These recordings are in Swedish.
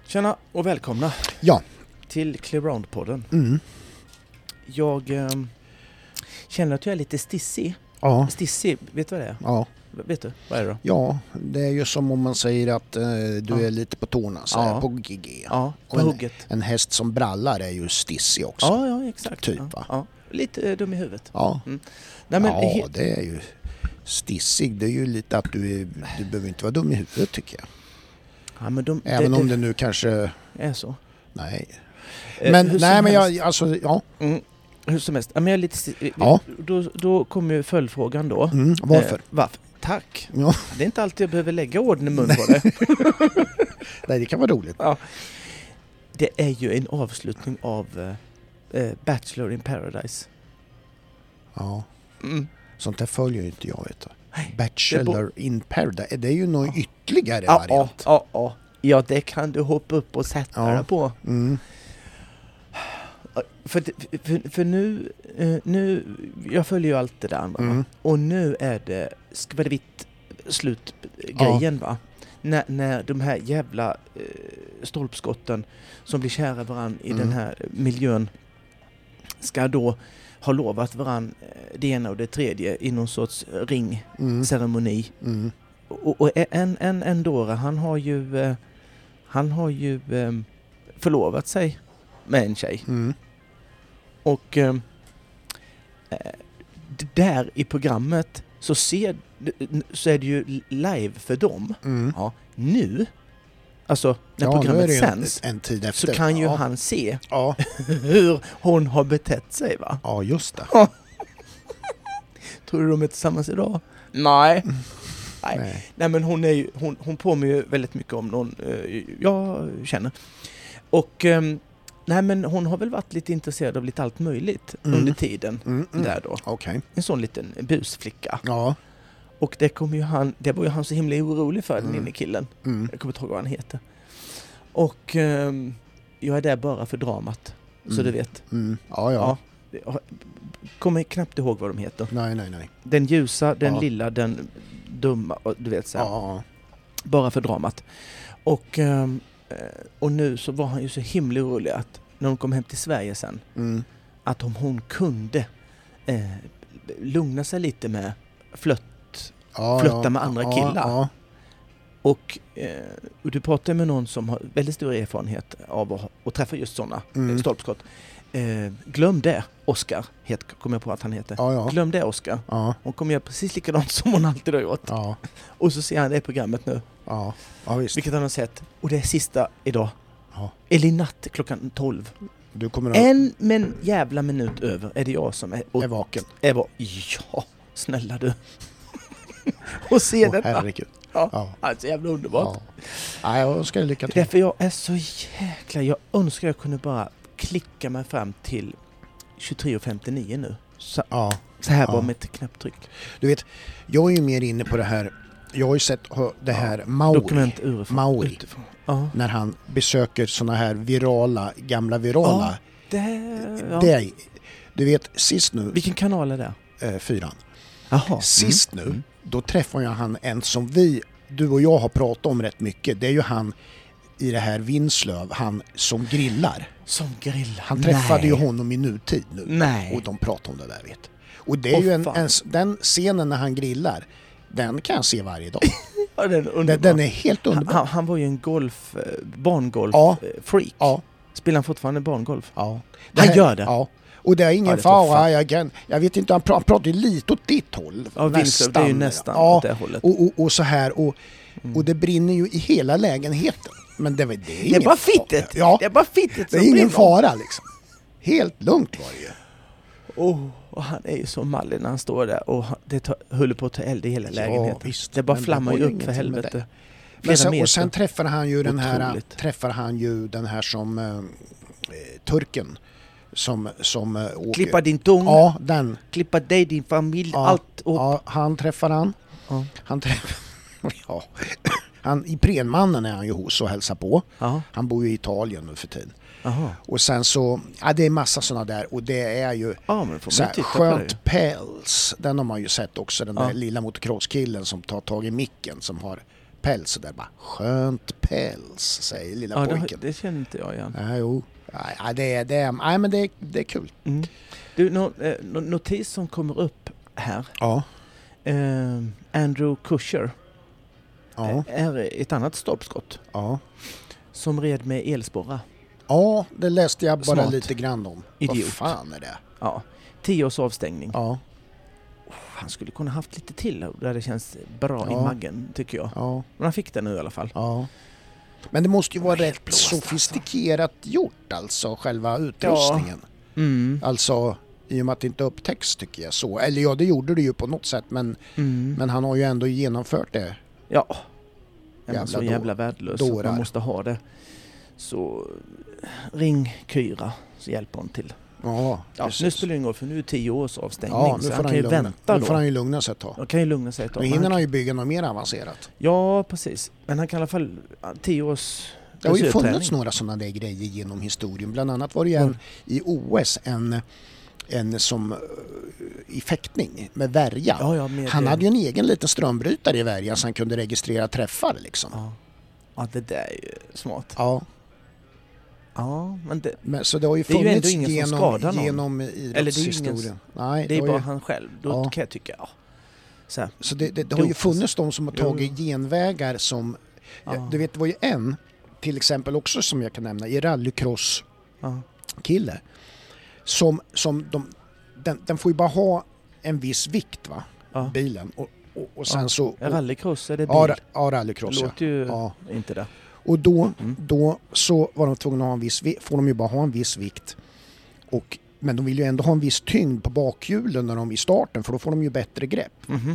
Tjena och välkomna till Clearound-podden. Jag känner att jag är lite stissig. Ja. Stissig, vet du vad det är? Ja. Vet du, vad är det då? Ja, det är ju som om man säger att du är lite på tårna, så här, på GG. Ja, på och hugget. En häst som brallar är ju stissig också. Ja, exakt. Typ, ja. va? Ja. Lite dum i huvudet. Ja. Nej, men det är ju stissig. Det är ju lite att du behöver inte vara dum i huvudet, tycker jag. Ja, men även om det nu kanske är så. Nej. Men jag alltså hur som helst. Men jag är lite då kommer ju följdfrågan då. Varför? Varför? Tack. Ja. Det är inte alltid jag behöver lägga orden i mun på det. Nej, det kan vara roligt. Ja. Det är ju en avslutning av Bachelor in Paradise. Ja. Sånt där följer ju inte jag, vet du. Bachelor in Paradise, det är ju någon ytterligare variant. Ja, det kan du hoppa upp och sätta dig på. För nu jag följer ju allt det där andra, och nu är det skvadevitt slutgrejen, va? När de här jävla stolpskotten som blir kära varann i den här miljön ska då ha lovat varann det ena och det tredje i någon sorts ringceremoni. Och en Dora, han har ju förlovat sig med en tjej. Och där i programmet så är det ju live för dem. Ja, nu, alltså när programmet sänds, en tid efter, så kan ju han se hur hon har betett sig, va? Ja, just det. Tror du de är tillsammans idag? Nej. Nej, men hon påminner ju väldigt mycket om någon jag känner. Och nej, men hon har väl varit lite intresserad av lite allt möjligt under tiden där då. Okay. En sån liten busflicka. Ja. Och det var ju han så himla orolig för, den inne killen. Jag kommer inte ihåg vad han heter. Och jag är där bara för dramat, så du vet. Ja. Jag kommer knappt ihåg vad de heter. Nej. Den ljusa, den lilla, den dumma, du vet så här. Ja. Bara för dramat. Och nu så var han ju så himla orolig att när de kom hem till Sverige sen, att om hon kunde lugna sig lite med flirta med andra killar. Och du pratar med någon som har väldigt stor erfarenhet av att träffa just sådana stolpskott. Glöm det, Oscar kommer jag på att han heter. Glöm det, Oscar. Hon kommer göra precis likadant som hon alltid har gjort. Och så ser han det programmet nu. Visst. Vilket han har sett. Och det är sista idag. Eller i natt klockan 12. Du kommer en jävla minut över är det jag som är vaken. Ja, snälla du. Och se detta. Herregud. Alltså jävla underbart. Jag ska lycka till. Därför jag är så jäkla... Jag önskar jag kunde bara klicka mig fram till 23:59 nu. Så här bara med ett knapptryck. Du vet, jag är ju mer inne på det här. Jag har ju sett det här Mauri när han besöker såna här gamla virala. Du vet, sist nu. Vilken kanal är det? 4. Jaha. Sist nu, då träffar jag han en som du och jag har pratat om rätt mycket. Det är ju han i det här Vinslöv, han som grillar. Han träffade ju honom i nutid nu. Nej. Och de pratar om det där, vet. Och det är ju den scenen när han grillar, den kan jag se varje dag. Den är helt underbar. Han var ju en barngolf-freak. Spelar han fortfarande barngolf? Ja. Han gör det? Ja. Och det är ingen fara. Jag vet inte, han pratar ju lite åt ditt håll. Ja, Vinslöv, det är ju nästan åt det hållet. Och så här. Och det brinner ju i hela lägenheten. Men det är bara fittet. Ja. Det är bara fittet. Det är ingen fara liksom. Helt lugnt var det ju. Och han är ju så mallig när han står där och det håller på att ta eld i hela lägenheten. Visst, det bara flammar ju upp för helvete. Och sen träffar han ju den här som turken som åker. Klippa din tung. Ja, den. Klippa dig, din familj, allt upp. Ja, han träffar han. Han träffar han i Prenmannen är han ju hos och hälsar på. Han bor ju i Italien nu för tiden. Och sen så det är massa såna där och det är ju så här, skönt päls. Den har man ju sett också, den där lilla motocrosskillen som tar tag i micken som har päls och där bara skönt päls, säger lilla pojken. Det känner inte jag igen. Jo. Ja, det är kul. Du, notis som kommer upp här. Ja. Andrew Kusher är ett annat stolpskott. Ja. Som red med elspåra. Ja, det läste jag bara Smart. lite grann om. Idiot. Vad fan är det? Ja, 10 års avstängning. Ja. Han skulle kunna haft lite till där det känns bra i maggen, tycker jag. Ja. Men han fick det nu i alla fall. Ja. Men det måste ju vara rätt sofistikerat gjort, alltså, själva utrustningen. Ja. Mm. Alltså, i och med att det inte upptäcks, tycker jag så. Eller ja, det gjorde det ju på något sätt, men han har ju ändå genomfört det. Ja. Så jävla värdelös att man måste ha det. Så ring Kyra, så hjälper hon till. Ja, nu spelar det ingen roll, för nu är det 10 års avstängning. Ja, så han kan ju vänta då. Nu får han ju lugna sig ett tag. Nu hinner han ju bygga något mer avancerat. Ja, precis. Men han kan i alla fall 10 års... Det har ju funnits några sådana där grejer genom historien. Bland annat var det ju i OS en som i fäktning med värja. Han hade ju en egen liten strömbrytare i värja så han kunde registrera träffar liksom. Ja, det där är ju smart. Ja. Ja, men så det har ju funnits genom idrottshistorien. Nej, det är bara han själv. Då kan jag tycka, Så det har ju funnits de som har tagit genvägar som... Du vet, det var ju en till exempel också som jag kan nämna i rallycross kille som den får ju bara ha en viss vikt, va? Bilen och sen så... Rallycross, är det bil? Ja, rallycross. Det låter ju inte det. Och då så var de tvungna att ha en viss vikt, får de ju bara ha en viss vikt. Men de vill ju ändå ha en viss tyngd på bakhjulen när de är i starten, för då får de ju bättre grepp.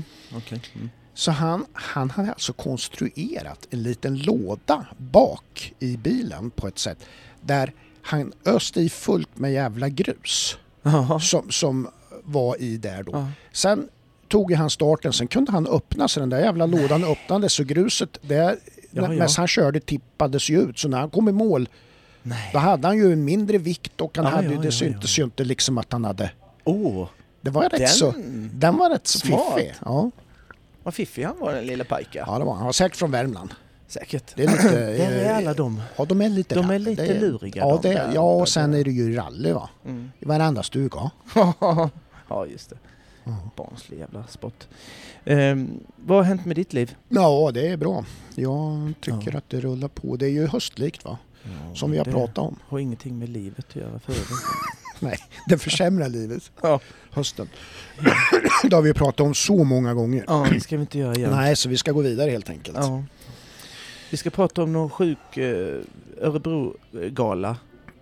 Så han hade alltså konstruerat en liten låda bak i bilen på ett sätt där han öste i fullt med jävla grus som var i där då. Sen tog han starten, sen kunde han öppna så den där jävla lådan öppnades så gruset där medan han körde tippades ju ut, så när han kom i mål då hade han ju en mindre vikt och han hade det syntes ju inte liksom att han hade det var den var rätt så fiffig. Ja. Vad fiffig han var, den lilla pajka. Ja, det var han. Var säkert från Värmland. Säkert. Det är lite, där är alla de. Ja, de är lite luriga. Ja, och sen är det ju rally, va? I varenda stuga. Ja, just det. Barnslig jävla sport. Vad har hänt med ditt liv? Ja, det är bra. Jag tycker att det rullar på. Det är ju höstlikt, va? Som vi har pratat om. Har ingenting med livet att göra för Nej, det försämrar livet. Hösten. Det har vi pratat om så många gånger. Ja, det ska vi inte göra igen. Nej, så vi ska gå vidare helt enkelt. Ja. Vi ska prata om någon sjuk Örebro-gala.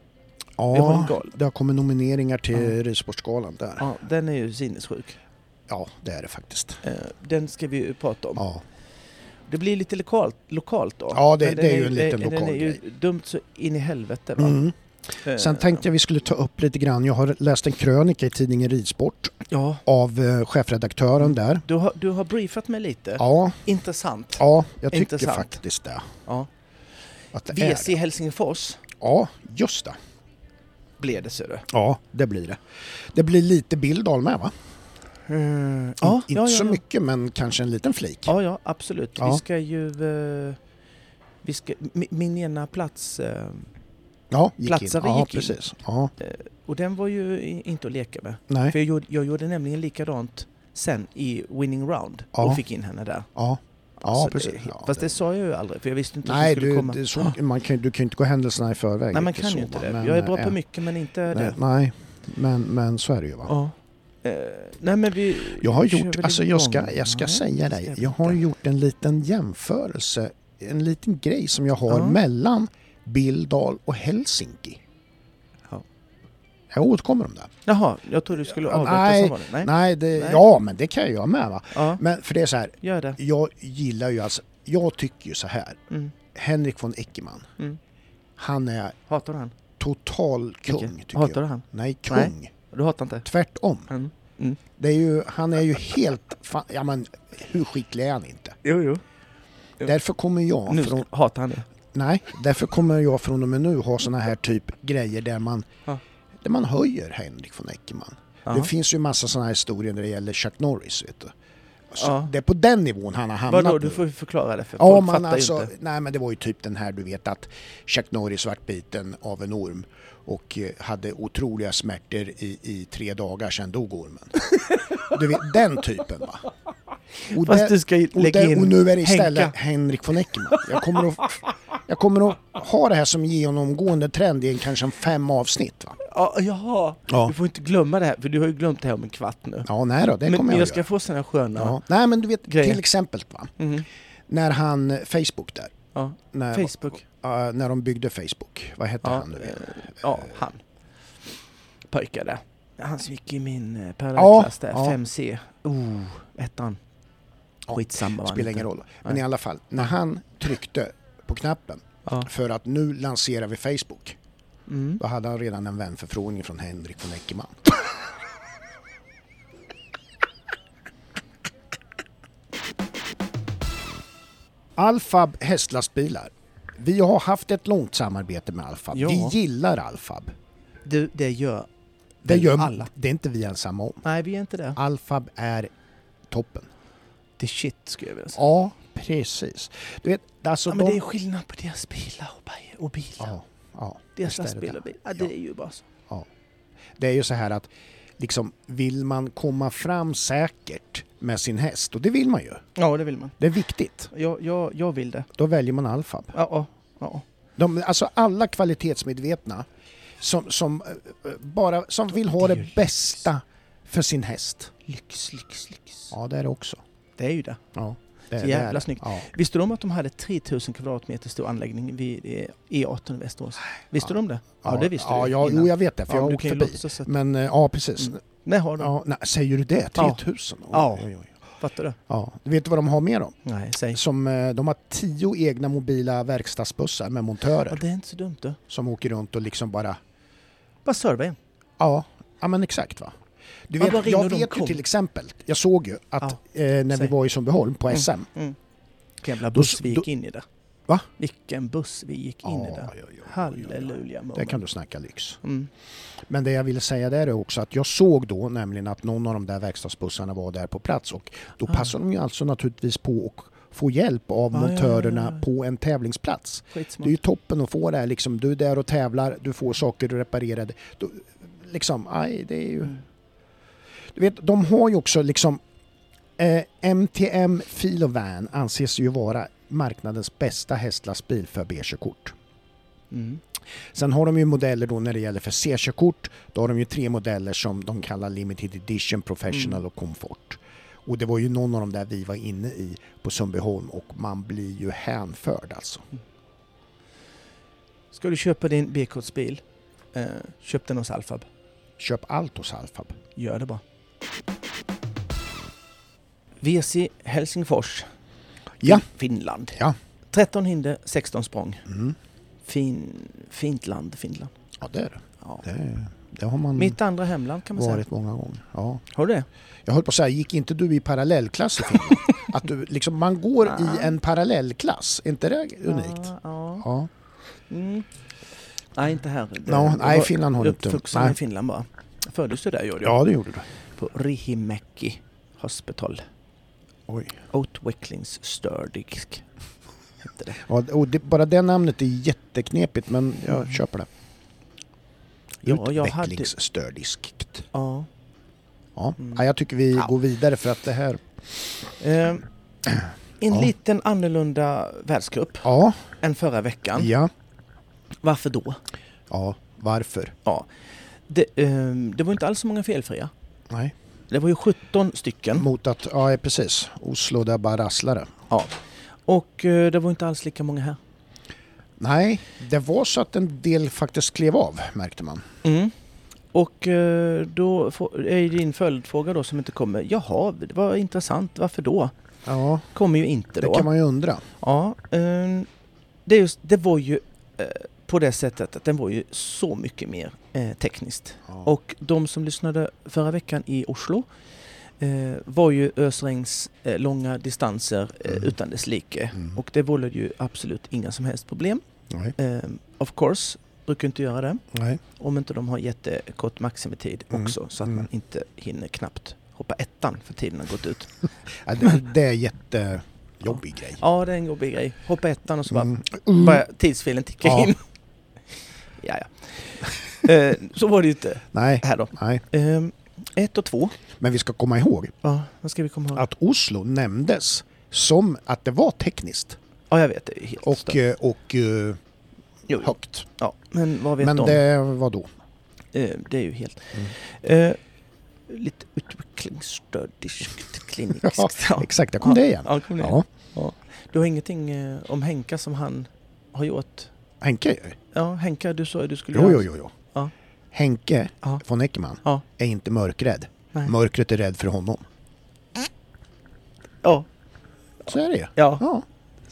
Ja, det har kommit nomineringar till Ridsportsgalan där. Ja, den är ju sinnessjuk. Ja, det är det faktiskt. Den ska vi ju prata om. Ja. Det blir lite lokalt då. Ja, det är ju en liten lokal grej. Den är ju dumt så in i helvete, va? Sen tänkte jag vi skulle ta upp lite grann. Jag har läst en krönika i tidningen Ridsport av chefredaktören där. Du har briefat mig lite. Ja. Intressant. Ja, jag tycker faktiskt det. Ja. Att det VC i Helsingfors. Ja, just det. Blir det, så du? Ja, det blir det. Det blir lite Billdal med, va? Inte så mycket, men kanske en liten flik. Ja, absolut. Vi ska ju... min ena plats... platser gick in. Ja, precis. Ja. Och den var ju inte att leka med. Nej. För jag gjorde nämligen likadant sen i Winning Round och fick in henne där. Ja. Ja, precis. Fast det sa jag ju aldrig, för jag visste inte att det skulle komma. Du kan inte gå händelserna i förväg. Nej, man kan ju inte det. Jag är bra på mycket, men inte det. Nej, men så är det ju, va? Ja. Nej, men jag har gjort, alltså jag ska säga dig, jag har gjort en liten jämförelse, en liten grej som jag har mellan Billdal och Helsinki. Jag återkommer om det. Jaha, jag tror du skulle avbryta samma. Nej. Ja, men det kan jag göra med, va? Ja. Men för det är så här, gör det. Jag gillar ju alltså, jag tycker ju så här. Henrik von Eckermann. Han är... Hatar han? Total kung, tycker hatar jag. Han? Nej, kung. Nej, du hatar inte? Tvärtom. Det är ju, han är ju helt... ja, men hur skicklig är han inte? Jo. Därför kommer jag... Nu hatar han det? Nej, därför kommer jag från och med nu ha såna här typ grejer där man höjer Henrik von Eckermann. Det finns ju massa såna här historier när det gäller Chuck Norris, vet du. Så det är på den nivån han har hamnat. Vadå, du får förklara det för folk fattar ju inte. Nej, men det var ju typ den här, du vet att Chuck Norris vart biten av en orm och hade otroliga smärtor i 3 dagar, sedan dog ormen. Du vet, den typen va. Och, fast du ska lägga in och nu är det istället Henrik von Eckermann. Jag kommer att ha det här som genomgående trend i kanske 5 avsnitt va. Ja. Du får inte glömma det här, för du har ju glömt det här om en kvart nu. Ja, nej då, det kommer jag Men jag göra. ska få såna sköna... Ja. Nej, men du vet, grejer. till exempel va. När han, Facebook där. Ja, Facebook. När de byggde Facebook. Vad hette han nu? Han. Pojkar där. Han som gick i min parallellklass där, 5C. Ettan. Skitsamma. Spelar ingen roll. Men i alla fall, när han tryckte på knappen för att nu lanserar vi Facebook. Då hade han redan en vänförfrågning från Henrik von Eckermann. Alfab hästlastbilar. Vi har haft ett långt samarbete med Alfab. Ja. Vi gillar Alfab. Det gör alla. Det är inte vi ensamma om. Nej, vi är inte det. Alfab är toppen. Det är shit, skulle jag vilja säga. Ja, precis. Du vet, alltså men det är skillnad på deras bilar och bilar. Ja. Deras lastbilar och bilar. Ja, det är ju bara så. Ja. Det är ju så här att liksom, vill man komma fram säkert med sin häst, och det vill man ju. Ja, det vill man. Det är viktigt. Jag vill det. Då väljer man Alfab. Ja. Alltså alla kvalitetsmedvetna som vill ha det bästa för sin häst. Lyx. Ja, det är det också. Det är ju det. Ja. Så jävla snyggt. Ja. Visste du om att de hade 3000 kvadratmeter stor anläggning vid E18 i Västerås? Visste du om det? Ja, det visste du. Ja, jag vet det, för jag har åkt förbi. Men ja, precis. Nej, har de. Ja, säger du det? 3000? Ja. Fattar du? Ja. Du vet vad de har med dem? Nej, säg. De har 10 egna mobila verkstadsbussar med montörer. Ja, det är inte så dumt då. Som åker runt och liksom bara serva en. Ja, men exakt va. Du vet, jag vet ju till exempel, jag såg ju att när vi var i Sundbyholm på SM. Jävla buss vi gick in i det. Va? Vilken buss vi gick in i det. Halleluja. Det kan du snacka lyx. Men det jag ville säga där är också att jag såg då nämligen att någon av de där verkstadsbussarna var där på plats, och då passar de ju alltså naturligtvis på att få hjälp av montörerna på en tävlingsplats. Skitsmart. Det är ju toppen att få det här, liksom, du är där och tävlar, du får saker reparerade. Liksom, det är ju... Du vet, de har ju också liksom MTM Filovan anses ju vara marknadens bästa hästlastbil för B-körkort. Sen har de ju modeller då när det gäller för C-körkort. Då har de ju 3 modeller som de kallar Limited Edition, Professional och Comfort. Och det var ju någon av dem där vi var inne i på Sundbyholm, och man blir ju hänförd alltså. Ska du köpa din B-kortsbil, köp den hos Alfab. Köp allt hos Alfab. Gör det bara. VC Helsingfors. Ja. Finland. Ja. 13 hinder, 16 språng. Fint land, Finland. Ja, det är det. Ja. Det har man mitt andra hemland kan man varit säga. Många gånger. Ja. Har du det? Jag höll på att säga, gick inte du i parallellklass i Finland? Att du, liksom, man går i en parallellklass. Är inte det unikt? Ja. Nej, inte här. Nej, Finland har inte. Nej, i Finland bara. Föddes du där, gjorde du? Ja, det gjorde du. På Rihimäki Hospital. Oj. Outwecklings Sturdisk. Hette det. Ja, och bara det namnet är jätteknepigt, men jag köper det. Utvecklingssturdiskt. Ja. Ja, jag tycker vi går vidare för att det här... En liten annorlunda världscup än förra veckan. Ja. Varför då? Ja, varför? Ja. Det var inte alls så många felfria. Nej. Det var ju 17 stycken. Mot att, precis. Oslo där bara rasslade. Ja. Och det var inte alls lika många här. Nej, det var så att en del faktiskt klev av, märkte man. Och då är din följdfråga då som inte kommer. Jaha, det var intressant. Varför då? Ja. Kommer ju inte då. Det kan man ju undra. Ja, det var ju på det sättet att den var ju så mycket mer tekniskt. Ja. Och de som lyssnade förra veckan i Oslo var ju ösregns långa distanser utan dess like. Och det vållade ju absolut inga som helst problem. Of course, brukar inte göra det. Nej. Om inte de har jättekort maximitid också, så att man inte hinner knappt hoppa ettan för tiden har gått ut. Ja, det är jättejobbig grej. Ja, det är en jobbig grej. Hoppa ettan och så bara tidsfilen ticka in. Ja. Så var det ju inte här då. Nej. 1 och 2. Men vi ska komma ihåg. Ja, vad ska vi komma ihåg? Att Oslo nämndes som att det var tekniskt. Ja, jag vet. Det är helt och högt. Ja, men vad vet men de? Det var då. Det är ju helt... lite utvecklingsstödiskt kliniskt. Ja, exakt, jag kom det igen. Ja, kom det. Ja. Du har ingenting om Henka som han har gjort? Henke? Ja, Henka, du sa att du skulle Jo. Ja. Henke von Eckermann är inte mörkrädd. Nej. Mörkret är rädd för honom. Ja. Så är det. Ja.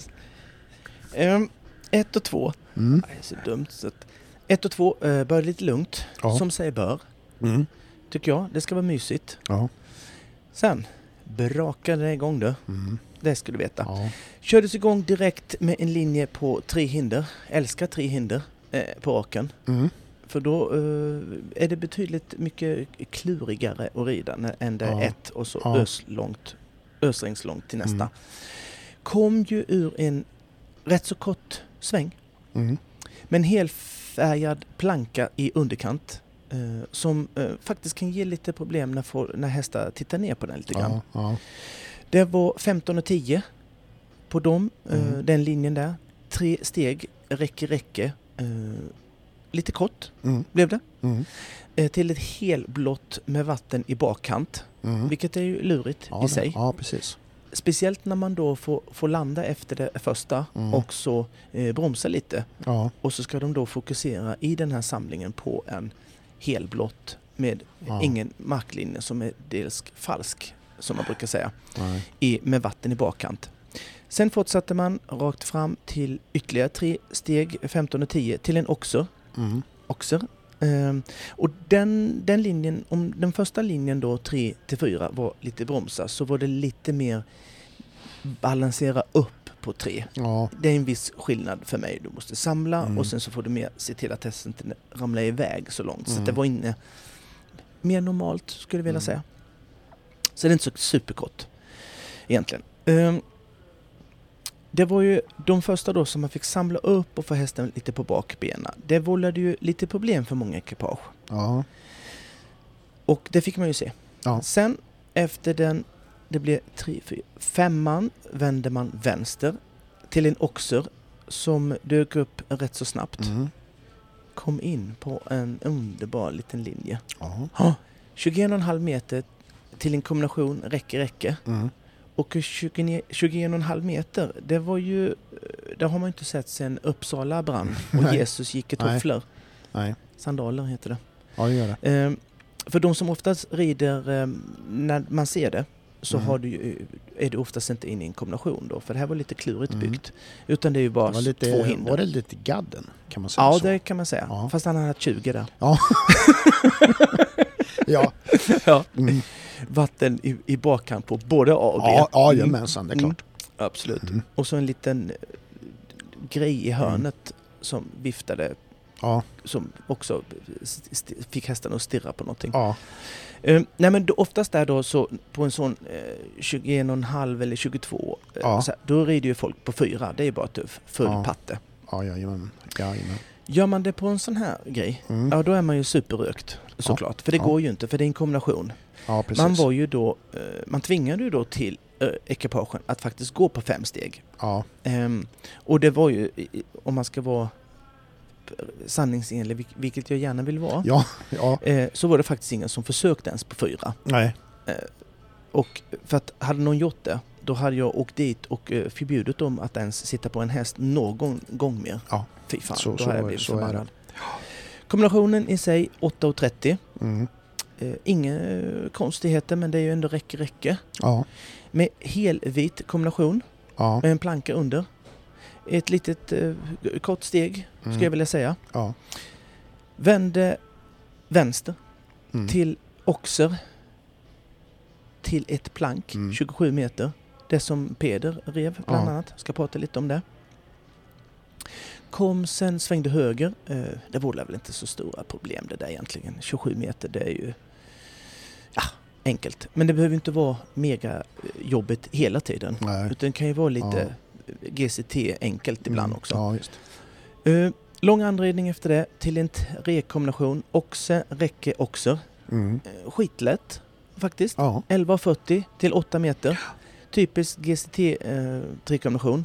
1 och 2. Det är så dumt. 1 och 2 bör lite lugnt. Som säger bör. Tycker jag. Det ska vara mysigt. Ja. Sen brakade det igång då. Det ska du veta. Ja. Kördes igång direkt med en linje på 3 hinder. Älskar 3 hinder på raken. För då är det betydligt mycket klurigare att rida än det är 1 och så öslängslångt till nästa. Kom ju ur en rätt så kort sväng. Med en helfärgad planka i underkant. Som faktiskt kan ge lite problem när hästar tittar ner på den lite grann. Det var 15,10 på dem, den linjen där. 3 steg, räcke. Lite kort blev det. Till ett helblått med vatten i bakkant. Vilket är ju lurigt i sig. Ja, precis. Speciellt när man då får landa efter det första och så bromsa lite. Ja. Och så ska de då fokusera i den här samlingen på en helblått med ingen marklinje som är dels falsk, som man brukar säga, med vatten i bakkant. Sen fortsatte man rakt fram till ytterligare 3 steg, 15,10 till en oxer. Och den linjen, om den första linjen då 3-4 var lite bromsar, så var det lite mer balansera upp på 3. Ja. Det är en viss skillnad för mig. Du måste samla och sen så får du mer se till att hästen inte ramlar iväg så långt. Så att det var inne mer normalt, skulle jag vilja säga. Så det är inte så superkort egentligen. Det var ju de första då som man fick samla upp och få hästen lite på bakbenen. Det vållade ju lite problem för många ekipage. Ja. Och det fick man ju se. Ja. Sen efter det blev 5:an vände man vänster till en oxer som dök upp rätt så snabbt. Kom in på en underbar liten linje. 21,5 meter till en kombination räcke. Och 21,5 meter, det var ju, det har man inte sett sedan Uppsala brann och Jesus gick i tofflor. Nej. Sandaler heter det. Ja, det gör det. För de som oftast rider, när man ser det, så är det oftast inte in i en kombination då. För det här var lite klurigt byggt. Utan det är ju bara 2 hinder. Var det lite gadden, kan man säga? Ja, så? Det kan man säga. Ja. Fast han hade 20 där. Ja. Ja. Vatten i bakkant på både A och B. Ja, jajamensan, det är klart. Absolut. Och så en liten grej i hörnet som viftade. Ja. Som också fick hästarna att stirra på någonting. Ja. Nej, men oftast där då så på en sån 21,5 eller 22 så här, då rider ju folk på 4. Det är bara full patte. Ja, jajamän. Gör man det på en sån här grej, då är man ju superrökt såklart. För det går ju inte, för det är en kombination. Ja, precis. Man tvingade ju då till ekipagen att faktiskt gå på 5 steg. Ja. Och det var ju, om man ska vara sanningsenlig, vilket jag gärna vill vara, så var det faktiskt ingen som försökte ens på 4. Nej. Och för att hade någon gjort det, då hade jag åkt dit och förbjudit dem att ens sitta på en häst någon gång mer. Ja. Fy fan, då hade jag blivit förbannad. Kombinationen i sig 8,30. Inga konstigheter, men det är ju ändå räcke. Ja. Med helvit kombination. Ja. Med en planka under. Ett litet kort steg, skulle jag vilja säga. Ja. Vände vänster till oxer. Till ett plank, 27 meter. Det som Peder rev bland annat. Ska prata lite om det. Kom sen, svängde höger. Det var väl inte så stora problem det där egentligen. 27 meter, det är ju... Ja, enkelt. Men det behöver inte vara mega jobbigt hela tiden. Nej. Utan det kan ju vara lite GCT enkelt ibland också. Ja, just. Lång anredning efter det till en rekombination. Oxe, räcke, oxer. Skitlätt faktiskt. 11,40 till 8 meter. Typisk GCT-rekombination.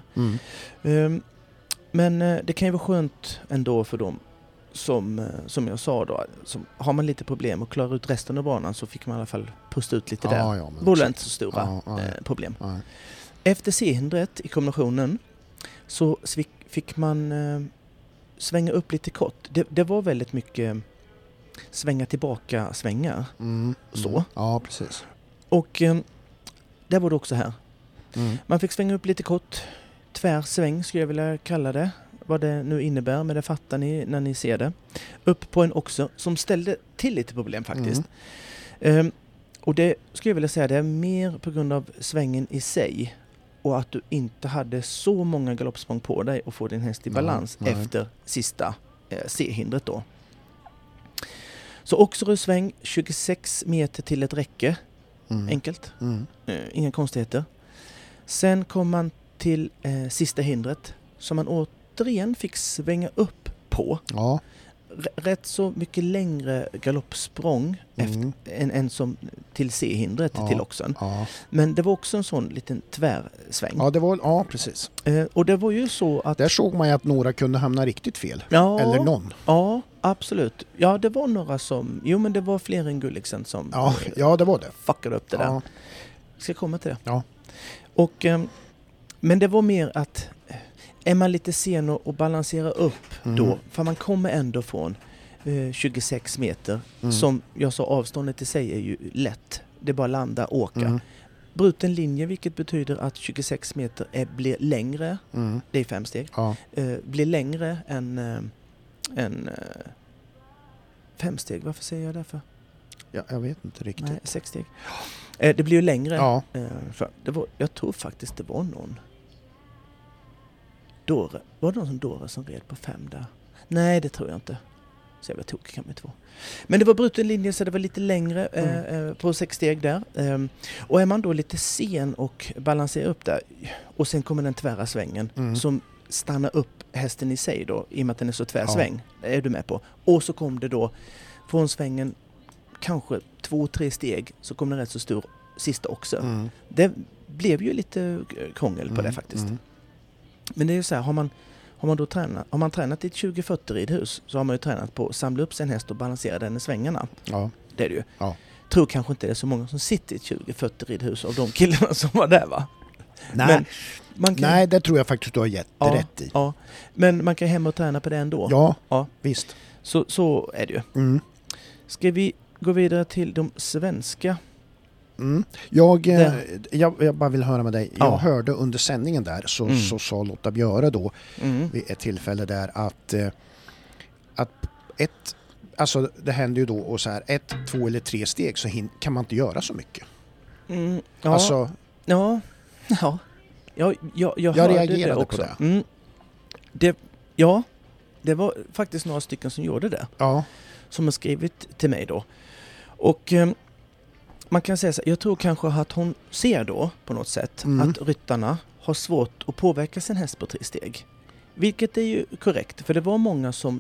Men det kan ju vara skönt ändå för dem som jag sa då. Som, har man lite problem att klara ut resten av banan så fick man i alla fall pusta ut lite där. Det var inte så stora problem. Efter C-hindret i kombinationen så fick man svänga upp lite kort. Det var väldigt mycket svänga tillbaka svängar. Så. Ja, precis. Och det var det också här. Man fick svänga upp lite kort. Tvärsväng skulle jag vilja kalla det. Vad det nu innebär, men det fattar ni när ni ser det. Upp på en också som ställde till lite problem faktiskt. Och det skulle jag vilja säga, det är mer på grund av svängen i sig. Och att du inte hade så många galoppsprång på dig och få din häst i balans efter sista C-hindret då. Så också sväng 26 meter till ett räcke. Enkelt. Inga konstigheter. Sen kom man till sista hindret som man återigen fick svänga upp på. Ja. Rätt så mycket längre galoppsprång än som till C-hindret till oxen. Men det var också en sån liten tvärsväng. Ja, precis. Och det var ju så att... Där såg man ju att några kunde hamna riktigt fel. Eller någon. Ja, absolut. Ja, det var några som... Jo, men det var fler än Gulliksen som... Ja, det var det. Fuckade upp det där. Ska jag komma till det? Ja. Och... men det var mer att... Är man lite sen och balansera upp då, för man kommer ändå från 26 meter. Som jag sa, avståndet i sig är ju lätt. Det är bara landa och åka. Bruten linje, vilket betyder att 26 meter blir längre. Det är 5 steg. Blir längre än 5 steg. Varför säger jag det för? Ja, jag vet inte riktigt. Nej, 6 steg. Det blir ju längre. Jag tror faktiskt det var någon Dore. Var det någon som Dore som red på 5 där? Nej, det tror jag inte. Så jag tog kan man 2. Men det var bruten linje så det var lite längre på 6 steg där. Och är man då lite sen och balanserar upp där och sen kommer den tvära svängen som stannar upp hästen i sig då i och med att den är så tvärsväng. Är du med på? Och så kom det då från svängen kanske 2-3 steg så kom det rätt så stor sista också. Det blev ju lite krångel på det faktiskt. Men det är ju så här, har man tränat i ett 20-40 ridhus så har man ju tränat på att samla upp sin häst och balansera den i svängarna. Ja. Det är det ju. Ja. Tror kanske inte det är så många som sitter i ett 20-40 ridhus av de killarna som var där, va? Nej, nej, det tror jag faktiskt du har jätterätt i. Ja. Men man kan hem och träna på det ändå. Ja. Visst. Så är det ju. Ska vi gå vidare till de svenska? Jag bara vill höra med dig. Jag hörde under sändningen där så sa Lotta Björe då vid ett tillfälle där att alltså det händer ju då och så här 1, 2 eller 3 steg så kan man inte göra så mycket. Alltså, jag reagerade också på det. Det var faktiskt några stycken som gjorde det. Som har skrivit till mig då. Och man kan säga så här, jag tror kanske att hon ser då på något sätt att ryttarna har svårt att påverka sin häst på 3 steg. Vilket är ju korrekt, för det var många som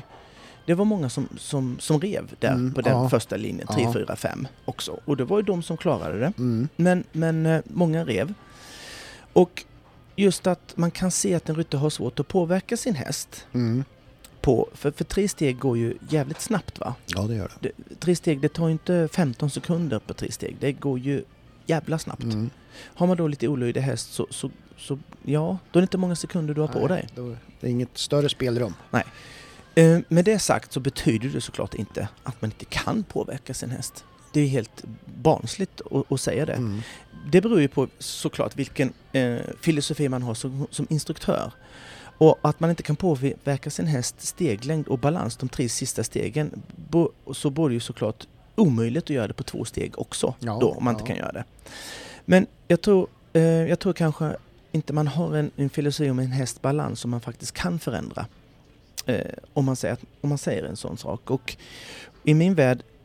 som rev där på den första linjen, 3, 4, 5 också. Och det var ju de som klarade det. Men många rev. Och just att man kan se att en ryttare har svårt att påverka sin häst. För 3 steg går ju jävligt snabbt, va? Ja, det gör det. 3 steg, det tar inte 15 sekunder på 3 steg. Det går ju jävla snabbt. Har man då lite olydig häst så då är det inte många sekunder du har på dig. Det är inget större spelrum. Nej. Med det sagt så betyder det såklart inte att man inte kan påverka sin häst. Det är helt barnsligt att säga det. Det beror ju på såklart vilken filosofi man har som instruktör. Och att man inte kan påverka sin häst steglängd och balans de 3 sista stegen så borde ju såklart omöjligt att göra det på 2 steg också om man inte kan göra det. Men jag tror kanske inte man har en filosofi om en häst balans som man faktiskt kan förändra. Om man säger en sån sak. Och i min värld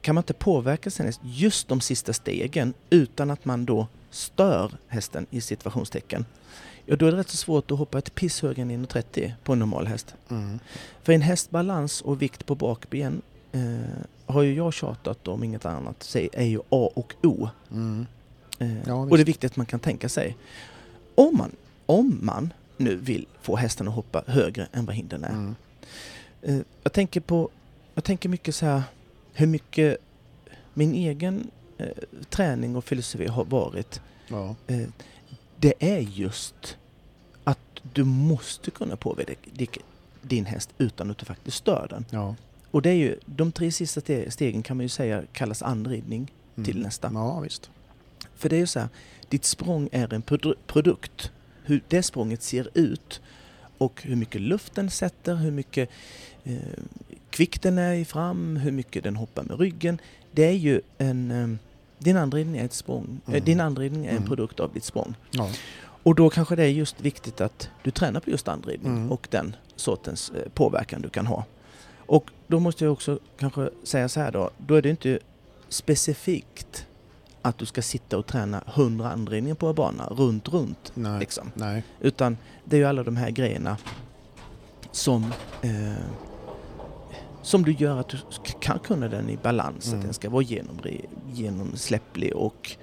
kan man inte påverka sin häst just de sista stegen utan att man då stör hästen i situationstecken. Ja, då är det rätt så svårt att hoppa ett piss högre än 1,30 på en normal häst. För en hästbalans och vikt på bakben har ju jag tjatat om inget annat, är ju A och O. Och det är viktigt att man kan tänka sig. Om man nu vill få hästen att hoppa högre än vad hindren är. Jag tänker mycket så här, hur mycket min egen träning och filosofi har varit. Ja. Det är just att du måste kunna påverka din häst utan att du faktiskt stör den. Ja. Och det är ju, de 3 sista stegen kan man ju säga kallas anridning till nästa. Ja, visst. För det är ju så här, ditt språng är en produkt. Hur det språnget ser ut och hur mycket luft den sätter, hur mycket kvick den är i fram, hur mycket den hoppar med ryggen. Det är ju din anridning är ett språng. Din anridning är en produkt av ditt språng. Ja. Och då kanske det är just viktigt att du tränar på just anridning och den sortens påverkan du kan ha. Och då måste jag också kanske säga så här då är det inte specifikt att du ska sitta och träna 100 anridningar på en bana runt. Nej. Liksom. Nej. Utan det är ju alla de här grejerna som du gör att du kan kunna den i balans. Att den ska vara genomsläpplig och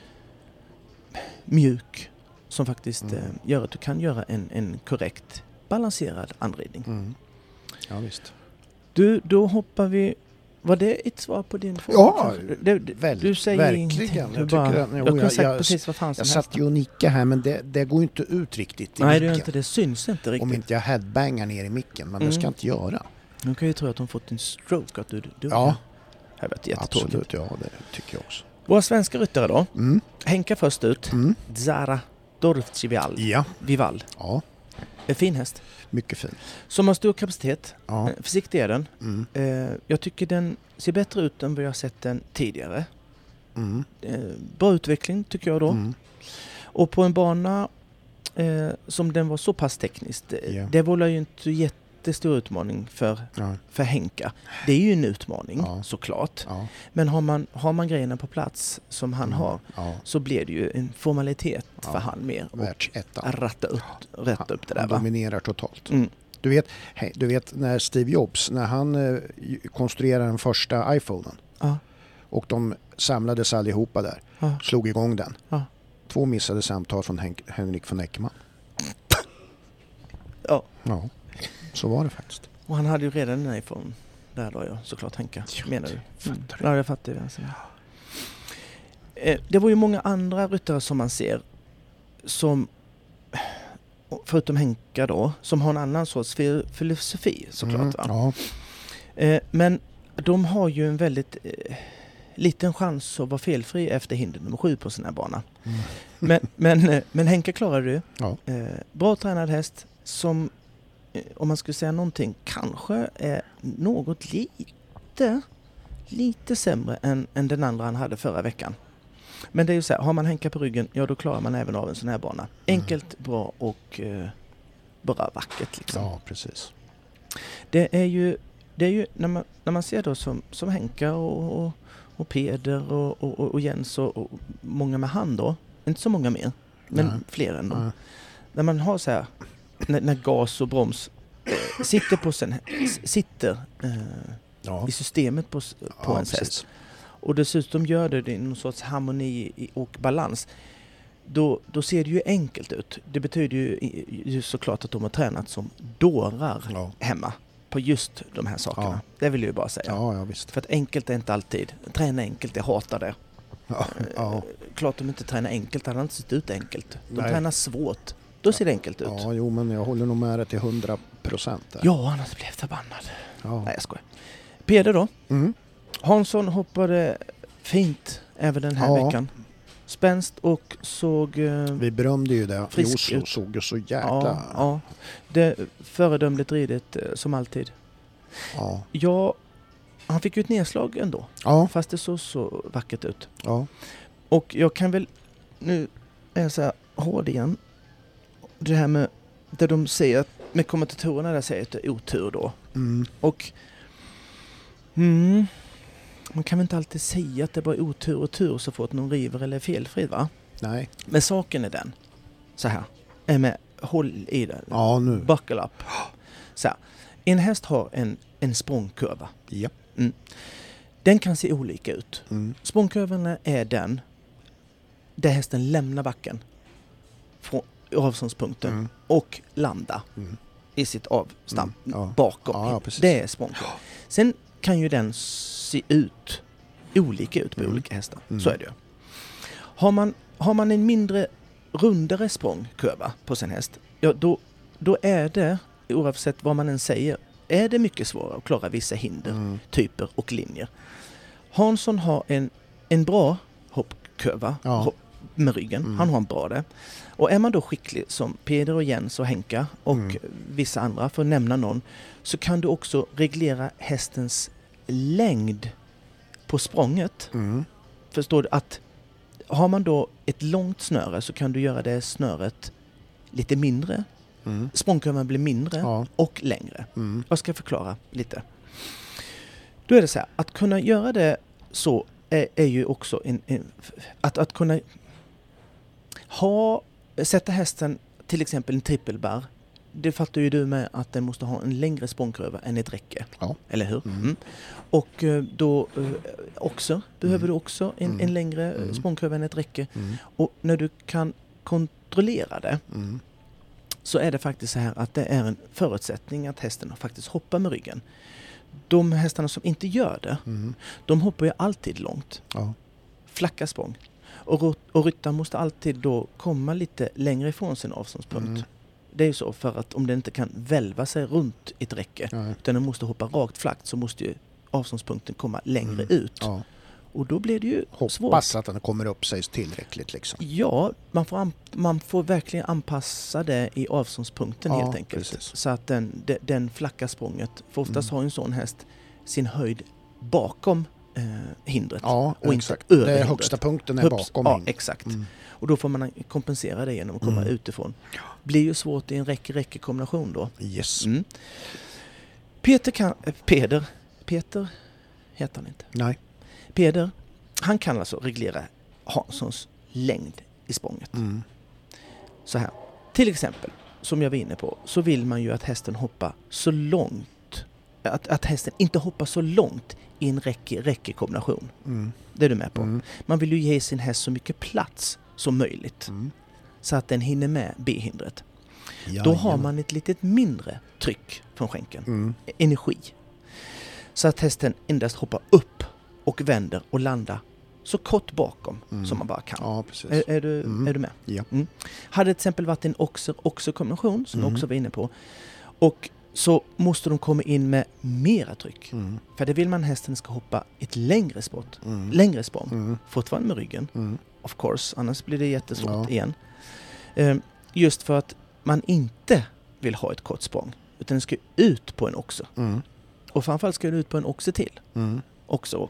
mjuk. Som faktiskt gör att du kan göra en korrekt balanserad anridning. Ja, visst. Då hoppar vi. Var det ett svar på din fråga? Ja, du säger verkligen. Jag kan säga precis vad fan som helst. Jag satt ju och nickade här, men det går ju inte ut riktigt i Nej, micken. det syns inte riktigt. Om inte jag headbangar ner i micken, men det ska jag inte göra. De kan ju tro att de fått en stroke. Att du ja, här vet jättetråkigt. Absolut, ja, det tycker jag också. Våra svenska ryttare då. Henka först ut. Zara Dorfcival. Ja. Vival. Ja. En fin häst. Mycket fin. Som har stor kapacitet. Ja. Försiktig är den. Jag tycker den ser bättre ut än vad jag har sett den tidigare. Bra utveckling tycker jag då. Och på en bana som den var så pass tekniskt. Det vållar ju inte jättestor utmaning för Henka. Det är ju en utmaning såklart. Ja. Men har man grejerna på plats som han har så blir det ju en formalitet för han mer. Världsetta. Rätta upp det där. Han dominerar totalt. Du vet när Steve Jobs, när han konstruerade den första iPhonen och de samlades allihopa där, slog igång den. 2 missade samtal från Henrik von Eckermann. Ja, så var det faktiskt. Och han hade ju redan en iPhone där då, såklart Henka, menar du? Ja, jag fattar det. Alltså. Det var ju många andra ryttare som man ser som, förutom Henka då, som har en annan sorts filosofi såklart. Va? Ja. Men de har ju en väldigt liten chans att vara felfri efter hinder nummer 7 på sin här bana. Men Henka klarade det. Ja. Bra tränad häst som, om man skulle säga någonting, kanske är något lite sämre än den andra han hade förra veckan. Men det är ju så här, har man Henka på ryggen, ja då klarar man även av en sån här bana. Enkelt, bra och bara vackert liksom. Ja, precis. Det är ju när man ser då som Henka och Peder och Jens och många med han då, inte så många mer, men fler än dem. När man har så här, när gas och broms sitter i systemet på en häst. Och dessutom gör det i någon sorts harmoni och balans. Då ser det ju enkelt ut. Det betyder ju såklart att de har tränat som dårar hemma på just de här sakerna. Ja. Det vill jag ju bara säga. Ja, visst. För att enkelt är inte alltid. Träna enkelt, jag hatar det. Klart de inte tränar enkelt, hade inte sett ut enkelt. De tränar svårt. Då ser det enkelt ut. Ja, jo, men jag håller nog med det till 100%. Ja, han hade blivit förbannad. Ja. Nej, jag skojar. Peder då. Hansson hoppade fint även den här veckan. Spänst och såg vi berömde ju det. I Oslo såg ju så jäkla... Ja. Det föredömligt ridet som alltid. Ja. Han fick ju ett nedslag ändå. Ja. Fast det såg så vackert ut. Ja. Och jag kan väl... Nu är jag så här hård igen. Det här med... Där de säger att... Med kommentatorerna där säger att det är otur då. Och... man kan väl inte alltid säga att det bara är otur och tur så fort någon river eller är felfri, va? Nej. Men saken är den. Så här. Är med, håll i det. Ja, nu. Buckle up. Så här. En häst har en språngkurva. Ja. Den kan se olika ut. Språngkurvan är den där hästen lämnar backen från avståndspunkten och landar i sitt avstamp bakom. Ja, det är språngkurvan. Sen kan ju den se ut olika ut på olika hästar. Så är det ju. Har man en mindre rundare språngkurva på sin häst, ja, då är det, oavsett vad man än säger, är det mycket svårare att klara vissa hinder, typer och linjer. Hansson har en bra hoppkurva med ryggen. Han har en bra det. Och är man då skicklig som Peder och Jens och Henka och vissa andra, för att nämna någon, så kan du också reglera hästens längd på språnget. Förstår du att har man då ett långt snöre så kan du göra det snöret lite mindre. Språngkurvan blir mindre och längre. Jag ska förklara lite. Då är det så här, att kunna göra det så är ju också att kunna sätta hästen till exempel en trippelbar. Det fattar ju du med att den måste ha en längre språngkurva än ett räcke. Ja. Eller hur? Och då behöver du också en längre språngkurva än ett räcke. Och när du kan kontrollera det så är det faktiskt så här att det är en förutsättning att hästen faktiskt hoppar med ryggen. De hästarna som inte gör det, de hoppar ju alltid långt. Ja. Flacka språng. Och ryttaren måste alltid då komma lite längre ifrån sin avståndspunkt. Det är ju så, för att om den inte kan välva sig runt ett räcke, utan den måste hoppa rakt flackt, så måste ju avståndspunkten komma längre ut. Ja. Och då blir det ju svårt. Hoppas att den kommer upp sig tillräckligt liksom. Ja, man får verkligen anpassa det i avståndspunkten helt enkelt. Precis. Så att den flacka språnget, för oftast har en sån häst sin höjd bakom hindret. Ja, och exakt. Inte över det är hindret. Högsta punkten är bakom. Ja, exakt. Och då får man kompensera det genom att komma utifrån. Blir ju svårt i en räcke-kombination då. Yes. Peter heter han inte. Nej. Peder, han kan alltså reglera Hanssons längd i språnget. Så här. Till exempel, som jag var inne på, så vill man ju att hästen hoppar så långt. Att hästen inte hoppar så långt i en räcke-kombination. Det är du med på. Man vill ju ge sin häst så mycket plats som möjligt. Så att den hinner med B-hindret. Då har man ett litet mindre tryck från skänken. Energi. Så att hästen endast hoppar upp och vänder och landar så kort bakom som man bara kan. Ja, precis. Är du med? Ja. Hade det till exempel varit en oxer-kombination som jag också var inne på, och så måste de komma in med mera tryck. För det vill man hästen ska hoppa ett längre språng. Fortfarande med ryggen. Of course, annars blir det jättesvårt igen. Just för att man inte vill ha ett kort språng, utan den ska ut på en oxer. Och framförallt ska den ut på en oxer till. Också.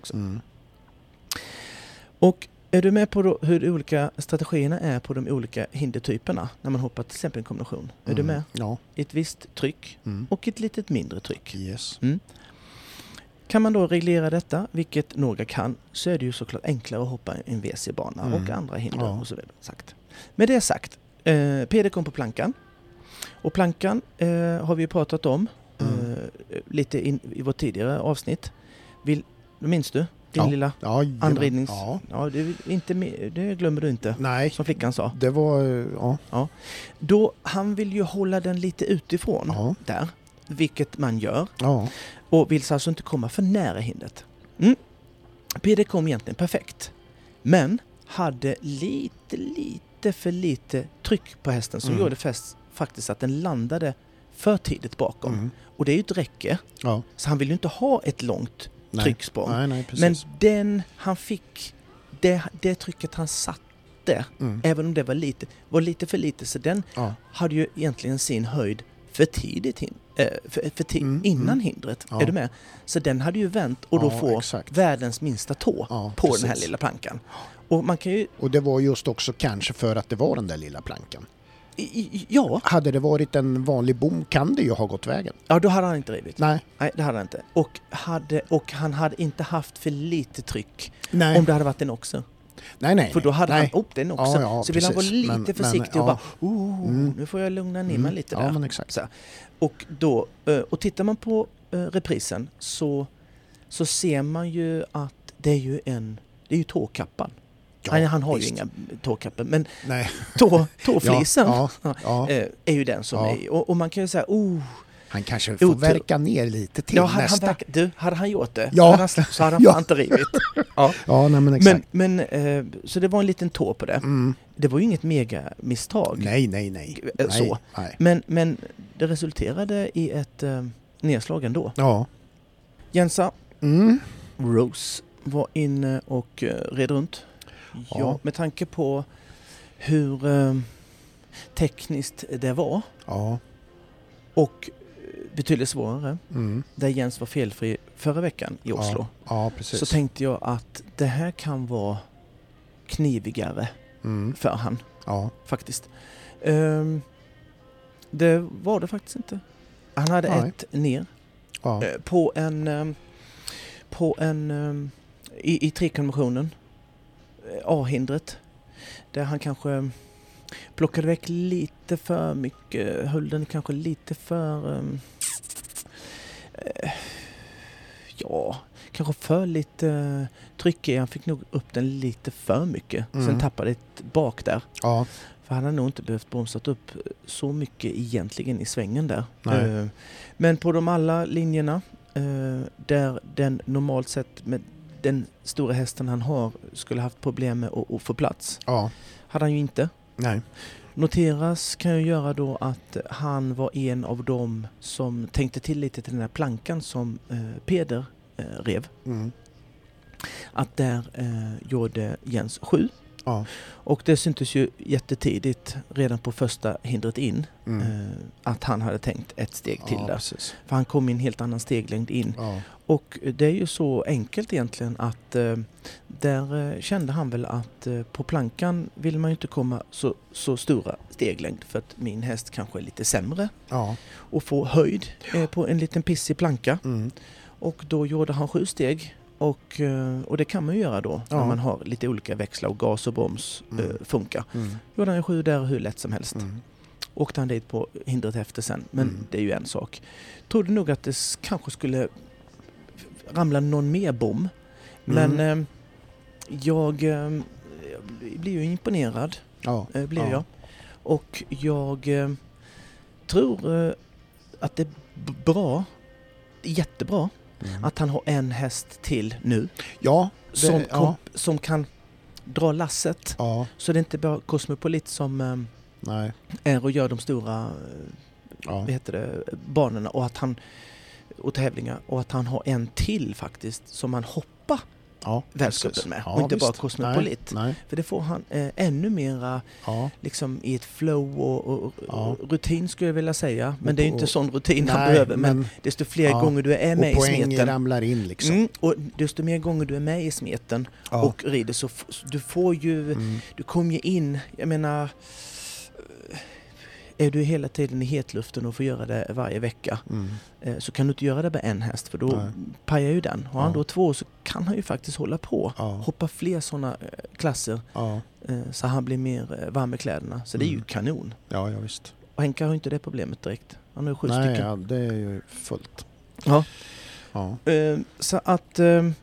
Och är du med på då hur de olika strategierna är på de olika hindertyperna när man hoppar till exempel en kombination? Är du med? Ja. Ett visst tryck och ett litet mindre tryck. Yes. Kan man då reglera detta, vilket några kan, så är det ju såklart enklare att hoppa en WC-bana och andra hinder och så vidare. Sagt. Med det sagt, Peder kom på plankan. Och plankan har vi ju pratat om lite i vårt tidigare avsnitt. Minns du? Din lilla anridnings... Ja, det glömmer du inte. Nej. Som flickan sa. Det var... Ja. Då, han vill ju hålla den lite utifrån där. Vilket man gör. Ja. Och vill alltså inte komma för nära hindret. Peder kom egentligen perfekt. Men hade lite för lite tryck på hästen som gjorde faktiskt att den landade för tidigt bakom. Och det är ju ett räcke. Ja. Så han vill ju inte ha ett långt trycksprång. Nej, men han fick det trycket han satte, även om det var lite för lite, så den hade ju egentligen sin höjd för tidigt innan hindret. Är du med? Så den hade ju vänt och då får världens minsta tå på den här lilla plankan. Och man kan ju... Och det var just också kanske för att det var den där lilla plankan. Ja. Hade det varit en vanlig bom kan det ju ha gått vägen. Ja, då hade han inte rivit. Nej, det hade han inte. Och han hade inte haft för lite tryck om det hade varit en också. Nej. För då hade han upp den också. Ja, så vill han vara lite försiktig och bara, nu får jag lugna ner mig lite där. Ja, men exakt. Så. Och tittar man på reprisen så ser man ju att det är ju tåkappan. Ja, han har ju inga tåkappor, men tåflisen är ju den som är. Och man kan ju säga, han kanske får verka ner lite till nästa. Hade han gjort det så hade han fan inte rivit. Nej, men exakt. Men så det var en liten tå på det. Det var ju inget mega misstag. Nej. Så. Men det resulterade i ett nedslag ändå. Ja. Jensa, Rose var inne och red runt. Ja, med tanke på hur tekniskt det var och betydligt svårare där Jens var felfri förra veckan i Oslo. Ja, precis. Så tänkte jag att det här kan vara knivigare för han. Ja. Faktiskt. Det var det faktiskt inte. Han hade ett ner på en i trikonventionen. A-hindret där han kanske plockade väck lite för mycket, höll den kanske lite för kanske för lite tryck i. Han fick nog upp den lite för mycket. Sen tappade ett bak där. Ja. För han hade nog inte behövt bromsat upp så mycket egentligen i svängen där. Men på de alla linjerna där den normalt sett med den stora hästen han har skulle haft problem med att få plats. Ja. Hade han ju inte. Nej. Noteras kan jag göra då att han var en av dem som tänkte till lite till den här plankan som Peder rev. Att där gjorde Jens 7. Ja. Och det syntes ju jättetidigt redan på första hindret in att han hade tänkt ett steg till där. Precis. För han kom i en helt annan steglängd in. Ja. Och det är ju så enkelt egentligen att där kände han väl att på plankan vill man ju inte komma så stora steglängd för att min häst kanske är lite sämre. Ja. Och få höjd på en liten pissig planka. Och då gjorde han 7 steg. Och det kan man ju göra då när man har lite olika växlar och gas och broms funkar. Gjorde han 7 där hur lätt som helst. Åkte han dit på hindret efter sen. Men det är ju en sak. Trodde nog att det kanske skulle ramla någon mer bom. Men jag blir ju imponerad. Blir jag. Och jag tror att det är bra. Jättebra. Att han har en häst till nu. Ja. Som kan dra lasset. Ja. Så det är inte bara Cosmopolit som är och gör de stora banorna och tävlingar. Och att han har en till faktiskt som han hoppar världscupen med. Och inte bara Cosmopolit. Nej. För det får han ännu mera liksom i ett flow och rutin skulle jag vilja säga. Men det är ju inte sån rutin han behöver. Men desto fler gånger du är med i smeten. Och poäng ramlar in liksom. Och desto mer gånger du är med i smeten och rider så du får ju, du kommer ju in, jag menar, är du hela tiden i hetluften och får göra det varje vecka så kan du inte göra det med en häst för då pajar ju den. Har han då 2 så kan han ju faktiskt hålla på. Hoppa fler sådana klasser så han blir mer varm med kläderna. Så det är ju kanon. Ja, visst. Och Henka har ju inte det problemet direkt. Han har ju 7 stycken. Ja, det är ju fullt. Ja. Så att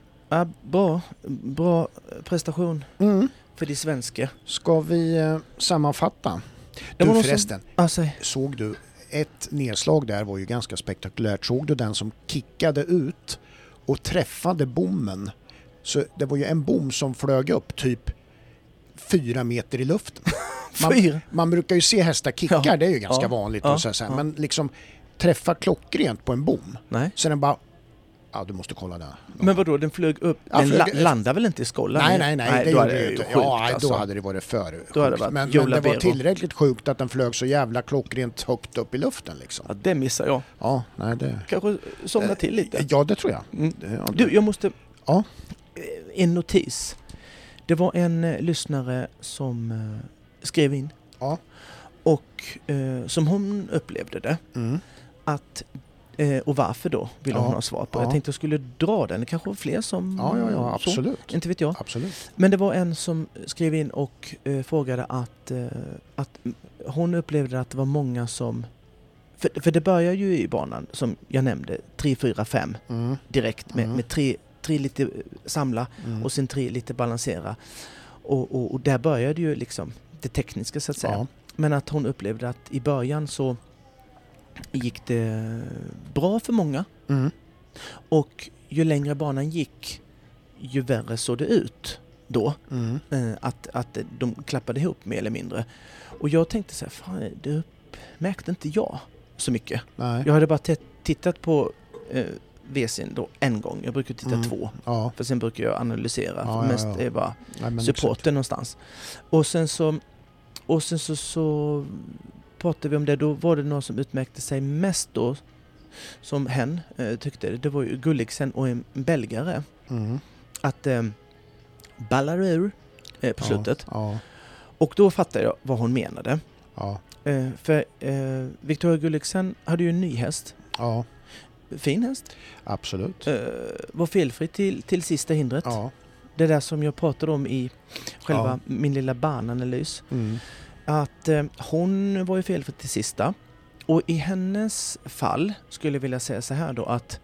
bra prestation för de svenska. Ska vi sammanfatta? Du förresten, såg du ett nedslag där var ju ganska spektakulärt. Såg du den som kickade ut och träffade bommen? Så det var ju en bom som flög upp typ 4 meter i luften. Man brukar ju se hästar kickar, det är ju ganska vanligt. Och så här, men liksom träffa klockrent på en bom. Nej. Så den bara... Ja, du måste kolla där. Men vadå, den flög upp? Den landade väl inte i skollan? Nej, det gjorde det inte. Då hade det varit för sjukt. Men det var tillräckligt sjukt att den flög så jävla klockrent högt upp i luften liksom. Ja, det missar jag. Ja, nej det... Kanske somna till lite. Ja, det tror jag. Du, jag måste... En notis. Det var en lyssnare som skrev in. Och som hon upplevde det, att och varför då vill hon ha svar på. Jag tänkte jag skulle dra den. Det kanske var fler som... Ja, absolut. Så, inte vet jag. Absolut. Men det var en som skrev in och frågade att hon upplevde att det var många som... För det börjar ju i banan, som jag nämnde, 3, 4, 5 direkt med 3 lite samla och sen 3 lite balansera. Och där började ju liksom det tekniska så att säga. Ja. Men att hon upplevde att i början så gick det bra för många. Och ju längre banan gick, ju värre såg det ut då. Att de klappade ihop mer eller mindre. Och jag tänkte så här, fan, det märkte inte jag så mycket. Nej. Jag hade bara tittat på VC:n då en gång. Jag brukar titta 2. Ja. För sen brukar jag analysera. För mest är det bara supporten någonstans. Och sen så pratade vi om det. Då var det någon som utmärkte sig mest då, som hen tyckte. Det var ju Gulliksen och en belgare. Att ballar ur på slutet. Ja. Och då fattade jag vad hon menade. Ja. För Victoria Gulliksen hade ju en ny häst. Ja. Fin häst. Absolut. Var felfri till sista hindret. Ja. Det där som jag pratade om i själva min lilla bananalys. Att hon var ju felfri till sista. Och i hennes fall skulle jag vilja säga så här då att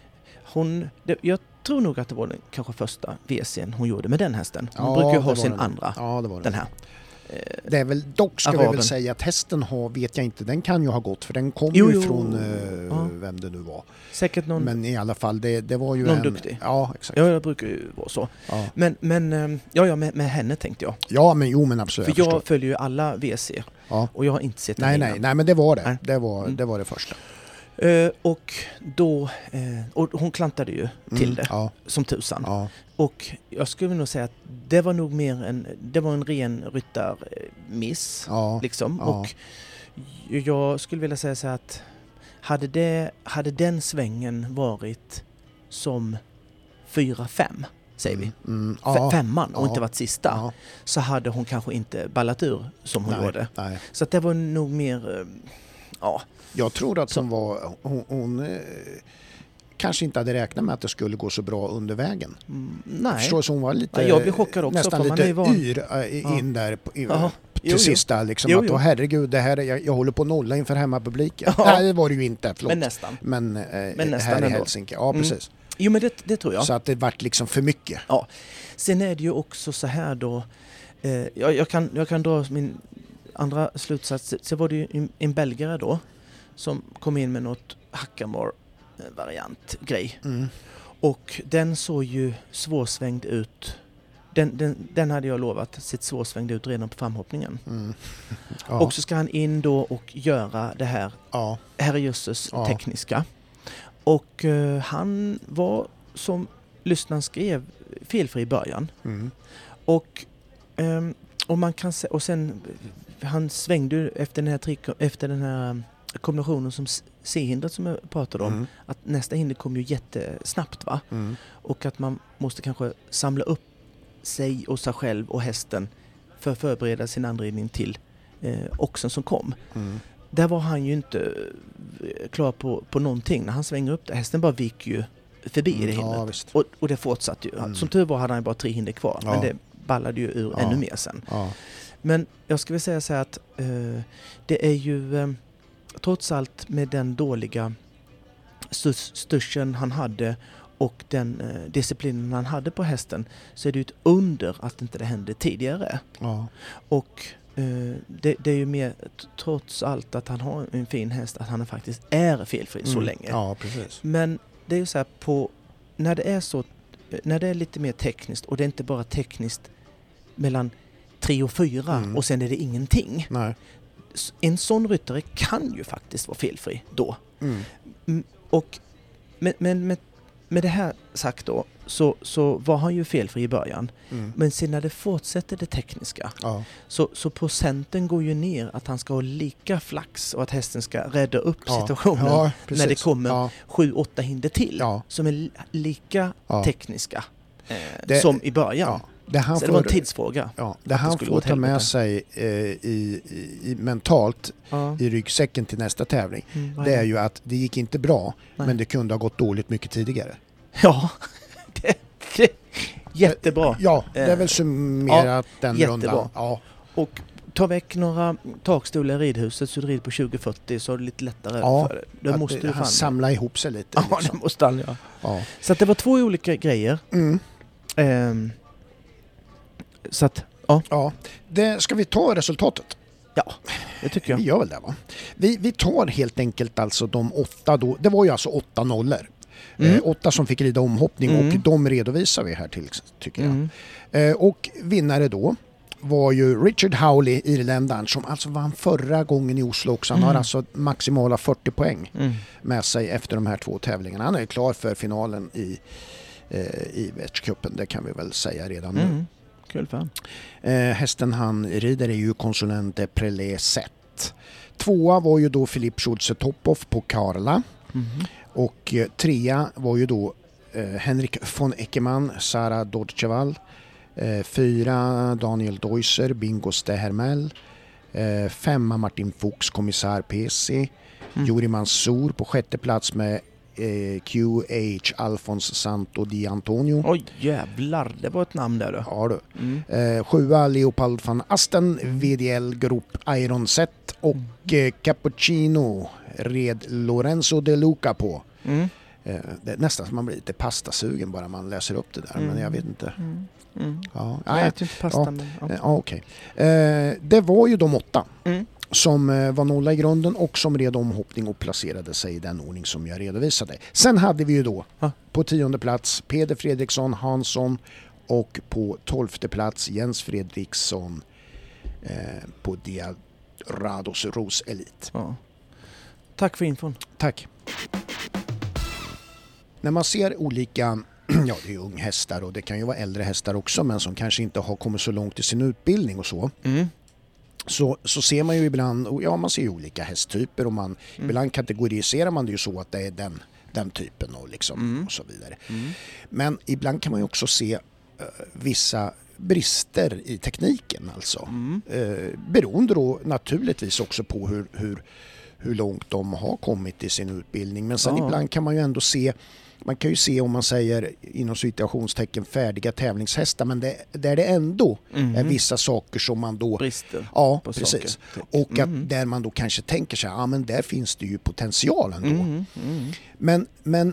jag tror nog att det var den kanske första VC:n hon gjorde med den hästen. Hon brukar ju ha sin andra. Ja, det var den här. Det är väl dock, ska vi väl säga att hästen vet jag inte, den kan ju ha gått, för den kom ju från vem det nu var. Säkert någon. Men i alla fall, det var ju någon duktig. Ja, exakt. Ja, jag brukar ju vara så. Ja. Men med henne tänkte jag. Ja, men absolut. För jag följer ju alla VC. Ja. Och jag har inte sett den innan. Nej, men det var det. Nej. Det var det första. Och då och hon klantade ju till det som tusan. Ja. Och jag skulle nog säga att det var nog det var en ren ryttarmiss liksom. Ja. Och jag skulle vilja säga så att hade den svängen varit som 4-5 säger vi. Femman och inte varit sista, så hade hon kanske inte ballat ur som hon gjorde. Nej. Så att det var nog mer jag tror att hon kanske inte hade räknat med att det skulle gå så bra under vägen. Nej. Förstår, så hon var lite, jag blir chockad också, nästan lite yr in där till sista. Liksom, att herregud, det här, jag håller på att nolla inför hemmapubliken. Nej, det var det ju inte. Förlåt. Men nästan. Men nästan här i Helsinki. Ja, precis. Jo, men det tror jag. Så att det vart liksom för mycket. Ja. Sen är det ju också så här då. Jag kan dra min andra slutsats. Så var det ju en belgare då som kom in med något Hackamore-variant-grej. Och den såg ju svårsvängd ut. Den hade jag lovat sitt svårsvängd ut redan på framhoppningen. Ja. Och så ska han in då och göra det här herrejösses tekniska. Och han var, som lyssnaren skrev, felfri i början. Och man kan se, och sen han svängde efter den här kombinationen som C-hindret som jag pratade om, att nästa hinder kom ju jättesnabbt va? Och att man måste kanske samla upp sig och sig själv och hästen för att förbereda sin anridning till oxen som kom. Där var han ju inte klar på någonting. När han svänger upp där, hästen bara gick ju förbi det hindret. Och det fortsatte ju. Som tur var hade han bara 3 hinder kvar, men det ballade ju ur ännu mer sen. Men jag skulle säga så här att det är ju trots allt med den dåliga styrseln han hade och den disciplinen han hade på hästen, så är det ju ett under att inte det hände tidigare. Och det är ju mer trots allt att han har en fin häst, att han faktiskt är felfri så länge. Ja, precis. Men det är ju så här när det är lite mer tekniskt, och det är inte bara tekniskt mellan 3 och 4 och sen är det ingenting. Nej. En sån ryttare kan ju faktiskt vara felfri då. Och med det här sagt då, så var han ju felfri i början. Men sen när det fortsätter det tekniska, så procenten går ju ner att han ska ha lika flax och att hästen ska rädda upp situationen när det kommer 7-8 hinder till som är lika tekniska som i början. det var en tidsfråga. Ja, det han får ta med sig mentalt i ryggsäcken till nästa tävling, det är ju att det gick inte bra, men det kunde ha gått dåligt mycket tidigare. Ja, det jättebra. Ja, det är väl summerat den jättebra. Rundan. Ja. Och ta väck några takstolar i ridhuset så du rider på 2040 så är det lite lättare för det. Det måste han samla ihop sig lite. Ja, det måste han Så att det var 2 olika grejer. Så att, ja. Ska vi ta resultatet? Ja, det tycker jag. Vi gör väl det, va? Vi tar helt enkelt alltså de 8 då. Det var ju alltså 8 nollor. 8 som fick rida omhoppning och de redovisar vi här till, tycker jag. Och vinnare då var ju Richard Howley, irländaren, som alltså vann förra gången i Oslo också. Han har alltså maximala 40 poäng med sig efter de här 2 tävlingarna. Han är klar för finalen i världscupen, det kan vi väl säga redan nu. Kul fan. Hästen han rider är ju Consulente Prelé Set. 2 var ju då Philippe Schulze Topov på Karla. Och 3 var ju då Henrik von Eckermann, Sara Dodcheval. 4 Daniel Deusser, Bingo Stehermel. 5 Martin Fuchs, Kommissar PC. Juri Mansour på 6:e plats med QH Alfons Santo Di Antonio. Oj jävlar, det var ett namn där då. Ja du. 7 Leopold van Asten, VDL Group Iron Set och Cappuccino red Lorenzo De Luca på. Det är nästan som man blir lite pastasugen bara man läser upp det där, men jag vet inte. Ja, jag äter inte pasta. Okej. Det var ju de 8 som var nolla i grunden och som red omhoppning och placerade sig i den ordning som jag redovisade. Sen hade vi ju då på 10:e plats Peder Fredriksson Hansson och på 12:e plats Jens Fredriksson på Diarados Ros Elite. Ja. Tack för infon. Tack. När man ser olika, ja det är unghästar och det kan ju vara äldre hästar också, men som kanske inte har kommit så långt i sin utbildning och så ser man ju ibland, man ser ju olika hästtyper och ibland kategoriserar man det ju så att det är den typen och liksom och så vidare. Men ibland kan man ju också se vissa brister i tekniken alltså. Beroende då naturligtvis också på hur långt de har kommit i sin utbildning. Men sen ibland kan man ju ändå se, man kan ju se om man säger inom situationstecken färdiga tävlingshästar, men där det ändå är vissa saker som man då brister. Ja, precis. Saker. Och att där man då kanske tänker sig, men där finns det ju potential ändå. Men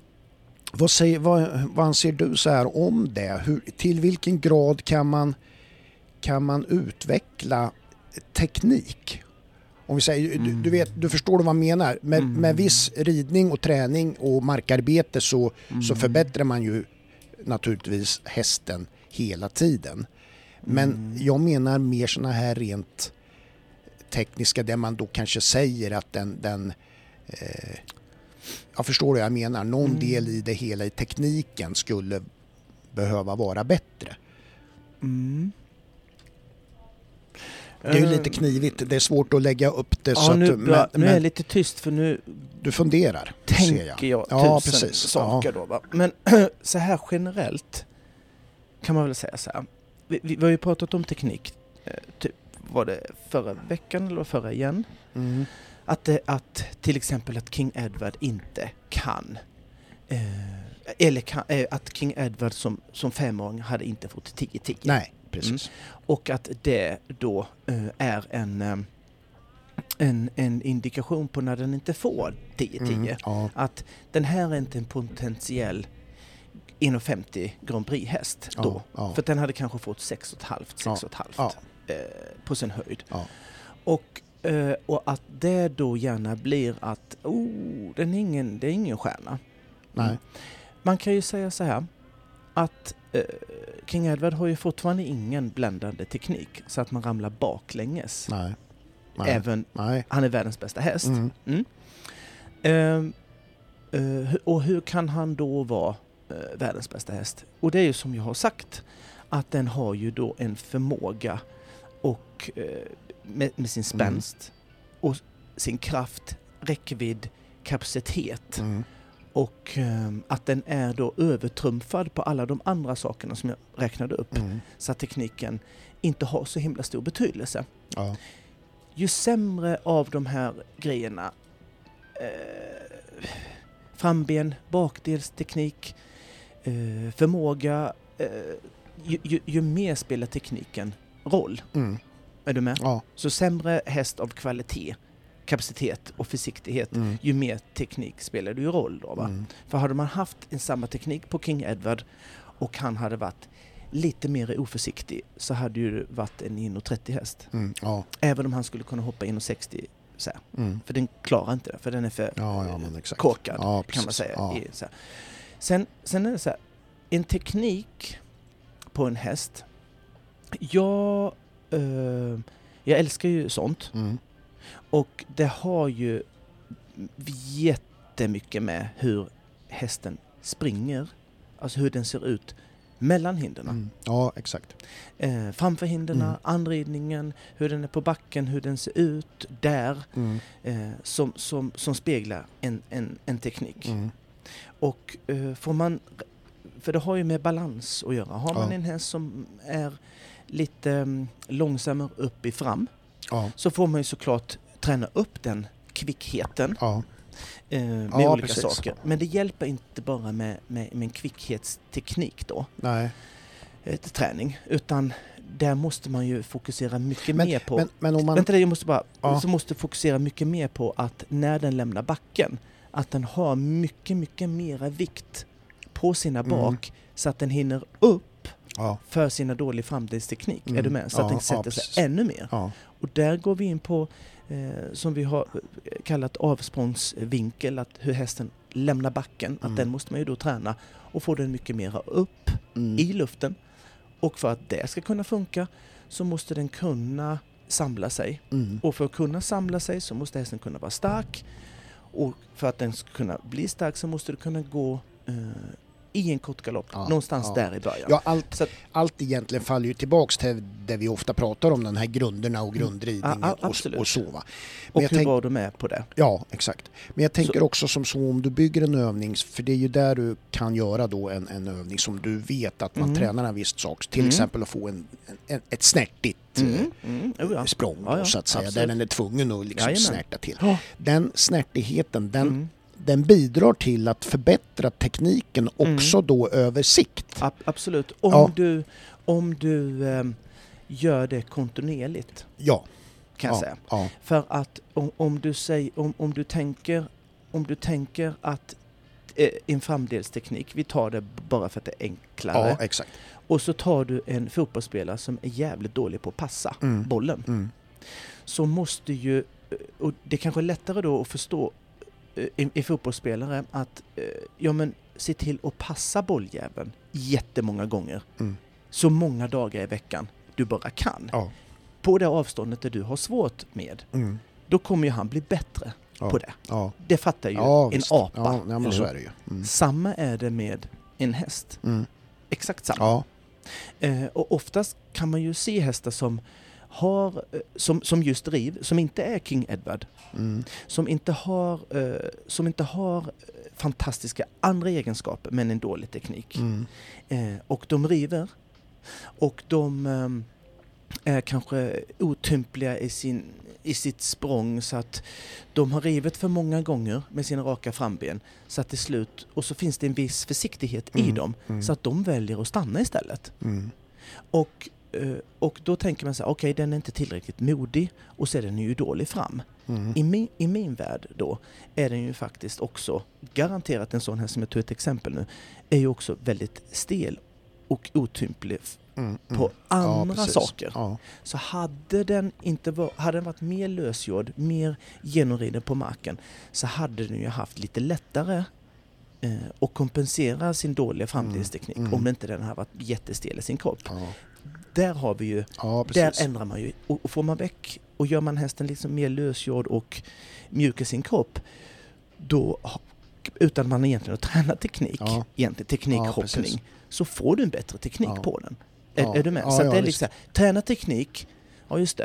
vad anser du så här om det? Till vilken grad kan man utveckla teknik? Om vi säger, du förstår vad jag menar. Med viss ridning och träning och markarbete så förbättrar man ju naturligtvis hästen hela tiden. Men jag menar mer såna här rent tekniska, där man då kanske säger att den jag förstår vad jag menar. Någon del i det hela i tekniken skulle behöva vara bättre. Det är ju lite knivigt. Det är svårt att lägga upp det. Så nu är jag lite tyst för nu du funderar. Tänker jag tusen saker då. Va? Men så här generellt kan man väl säga så här. Vi har ju pratat om teknik. Typ, var det förra veckan eller förra igen? Att till exempel att King Edward inte kan att King Edward som 5-åring hade inte fått 10-10. Nej, precis. Och att det då är en indikation på när den inte får 10-10. Att den här är inte en potentiell 1,50 Grand Prix-häst då. För den hade kanske fått 6,5 på sin höjd. Och att det då gärna blir att det är ingen stjärna. Nej. Man kan ju säga så här att King Edward har ju fortfarande ingen bländande teknik så att man ramlar baklänges. Nej. Han är världens bästa häst. Och hur kan han då vara världens bästa häst? Och det är ju som jag har sagt att den har ju då en förmåga och med sin spänst och sin kraft, räckvidd, kapacitet Och att den är då övertrumfad på alla de andra sakerna som jag räknade upp. Så att tekniken inte har så himla stor betydelse. Ja. Ju sämre av de här grejerna, framben, bakdelsteknik, förmåga, ju mer spelar tekniken roll. Är du med? Ja. Så sämre häst av kvalitet, kapacitet och försiktighet, ju mer teknik spelar det ju roll då, va? För hade man haft en samma teknik på King Edward och han hade varit lite mer oförsiktig, så hade ju varit en 1,30 häst. Ja. Även om han skulle kunna hoppa 1,60 så här. För den klarar inte det, för den är för korkad, kan man säga. Ja. Så här. Sen är det så här, en teknik på en häst. Jag älskar ju sånt. Och det har ju jättemycket med hur hästen springer, alltså hur den ser ut mellan hindren. Ja, exakt. Framför hindren, anridningen, hur den är på backen, hur den ser ut där, som speglar en teknik. Och får man, för det har ju med balans att göra. Har man en häst som är lite långsammare upp i fram, så får man ju såklart träna upp den kvickheten med olika saker. Men det hjälper inte bara med en kvickhetsteknik då. Nej. Träning, utan där måste man ju fokusera mycket mer på. Men om man... Vänta, jag måste bara... Så måste fokusera mycket mer på att när den lämnar backen, att den har mycket, mycket mera vikt på sina bak, så att den hinner upp för sina dålig framdelsteknik. Är du med? Så att den sätter sig ännu mer. Och där går vi in på som vi har kallat avsprångsvinkel, att hur hästen lämnar backen, att den måste man ju då träna och få den mycket mera upp i luften. Och för att det ska kunna funka så måste den kunna samla sig. Och för att kunna samla sig så måste hästen kunna vara stark. Och för att den ska kunna bli stark så måste du kunna gå i en kort galopp, någonstans där i början. Ja, allt egentligen faller ju tillbaks till det vi ofta pratar om, den här grunderna och grundridningen och så, va. Men och hur var du med på det? Ja, exakt. Men jag tänker också som så, om du bygger en övning, för det är ju där du kan göra då en övning som du vet att man tränar en viss sak, till exempel att få ett snärtigt språng då, så att säga, där den är tvungen att liksom snärta till. Den snärtigheten, den bidrar till att förbättra tekniken också då över sikt. Absolut. Om du gör det kontinuerligt. Ja. Kan jag säga. Ja. För att om du tänker att en framdelsteknik, vi tar det bara för att det är enklare. Ja, exakt. Och så tar du en fotbollsspelare som är jävligt dålig på att passa bollen. Så måste ju, och det kanske är lättare då att förstå i fotbollsspelare att se till att passa bolljäveln jättemånga gånger. Så många dagar i veckan du bara kan. På det avståndet där du har svårt med. Då kommer ju han bli bättre på det. Det fattar ju en apa. Ja, men så är det ju. Samma är det med en häst. Exakt samma. Och oftast kan man ju se hästar som har som just riv, som inte är King Edward, som inte har fantastiska andra egenskaper men en dålig teknik. Och de river och de är kanske otympliga i sitt språng, så att de har rivit för många gånger med sina raka framben, så att till slut, och så finns det en viss försiktighet i dem, så att de väljer att stanna istället. Och då tänker man så här, okej, den är inte tillräckligt modig, och så är den ju dålig fram. I min värld då är den ju faktiskt också garanterat, en sån här som jag tog ett exempel nu, är ju också väldigt stel och otymplig på andra saker. Så hade den varit mer lösgjord, mer genomriden på marken, så hade den ju haft lite lättare att kompensera sin dåliga framtidsteknik om inte den har varit jättestel i sin kropp. Där har vi ju, där ändrar man ju, och får man väck och gör man hästen liksom mer lösgjord och mjuk i sin kropp, då, utan man egentligen har tränat teknikhoppning, så får du en bättre teknik på den. Är du med? Så att det är liksom, träna teknik, ja just det,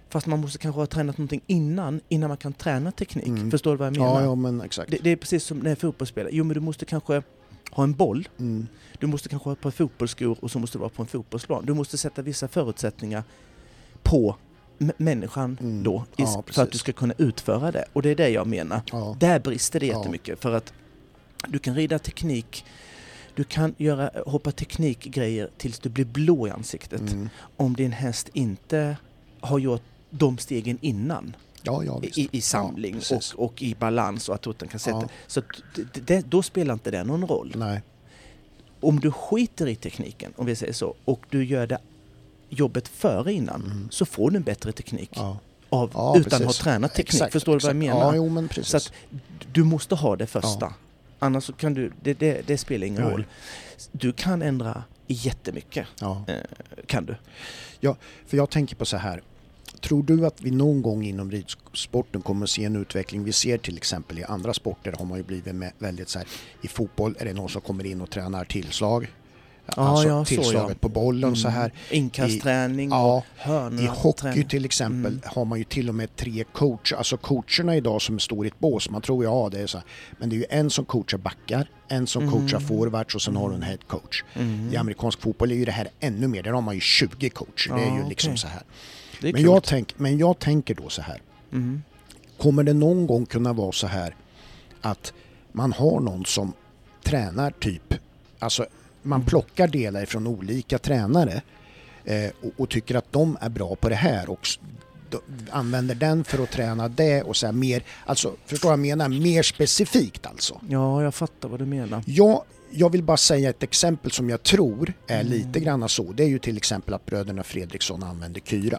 Fast man måste kanske ha tränat någonting innan man kan träna teknik. Förstår du vad jag menar? Ja, men exakt. Det är precis som när jag fotbollsspelare. Jo, men du måste kanske ha en boll. Du måste kanske ha ett par fotbollsskor och så måste du vara på en fotbollsplan. Du måste sätta vissa förutsättningar på människan då för att du ska kunna utföra det. Och det är det jag menar. Ja. Där brister det jättemycket. För att du kan rida teknik, du kan hoppa teknikgrejer tills du blir blå i ansiktet. Om din häst inte har gjort de stegen innan. I samling och i balans och att den kan sätta. Så då spelar inte det någon roll. Nej. Om du skiter i tekniken, om vi säger så, och du gör det jobbet före innan, så får du en bättre teknik utan att ha tränat teknik. Exakt, förstår du vad jag menar? Ja, men precis. Så att du måste ha det första. Annars så kan du, det spelar ingen roll. Du kan ändra jättemycket. Kan du? Ja, för jag tänker på så här. Tror du att vi någon gång inom ridsporten kommer att se en utveckling? Vi ser till exempel i andra sporter har man ju blivit väldigt så här, i fotboll är det någon som kommer in och tränar tillslag. Alltså tillslaget på bollen så här. Inkastträning och hörnor. I hockey till exempel har man ju till och med 3 coacher. Alltså coacherna idag som står i ett bås. Man tror det är så här. Men det är ju en som coachar backar, en som coachar forwards och sen har du en head coach. I amerikansk fotboll är ju det här ännu mer. Där har man ju 20 coacher. Det är ju liksom så här. Men jag tänker då så här. Kommer det någon gång kunna vara så här att man har någon som tränar typ, alltså man plockar delar från olika tränare och tycker att de är bra på det här och använder den för att träna det och så här mer, alltså förstår jag menar, mer specifikt alltså. Ja, jag fattar vad du menar. Jag vill bara säga ett exempel som jag tror är lite grann så. Det är ju till exempel att bröderna Fredriksson använder Kyra.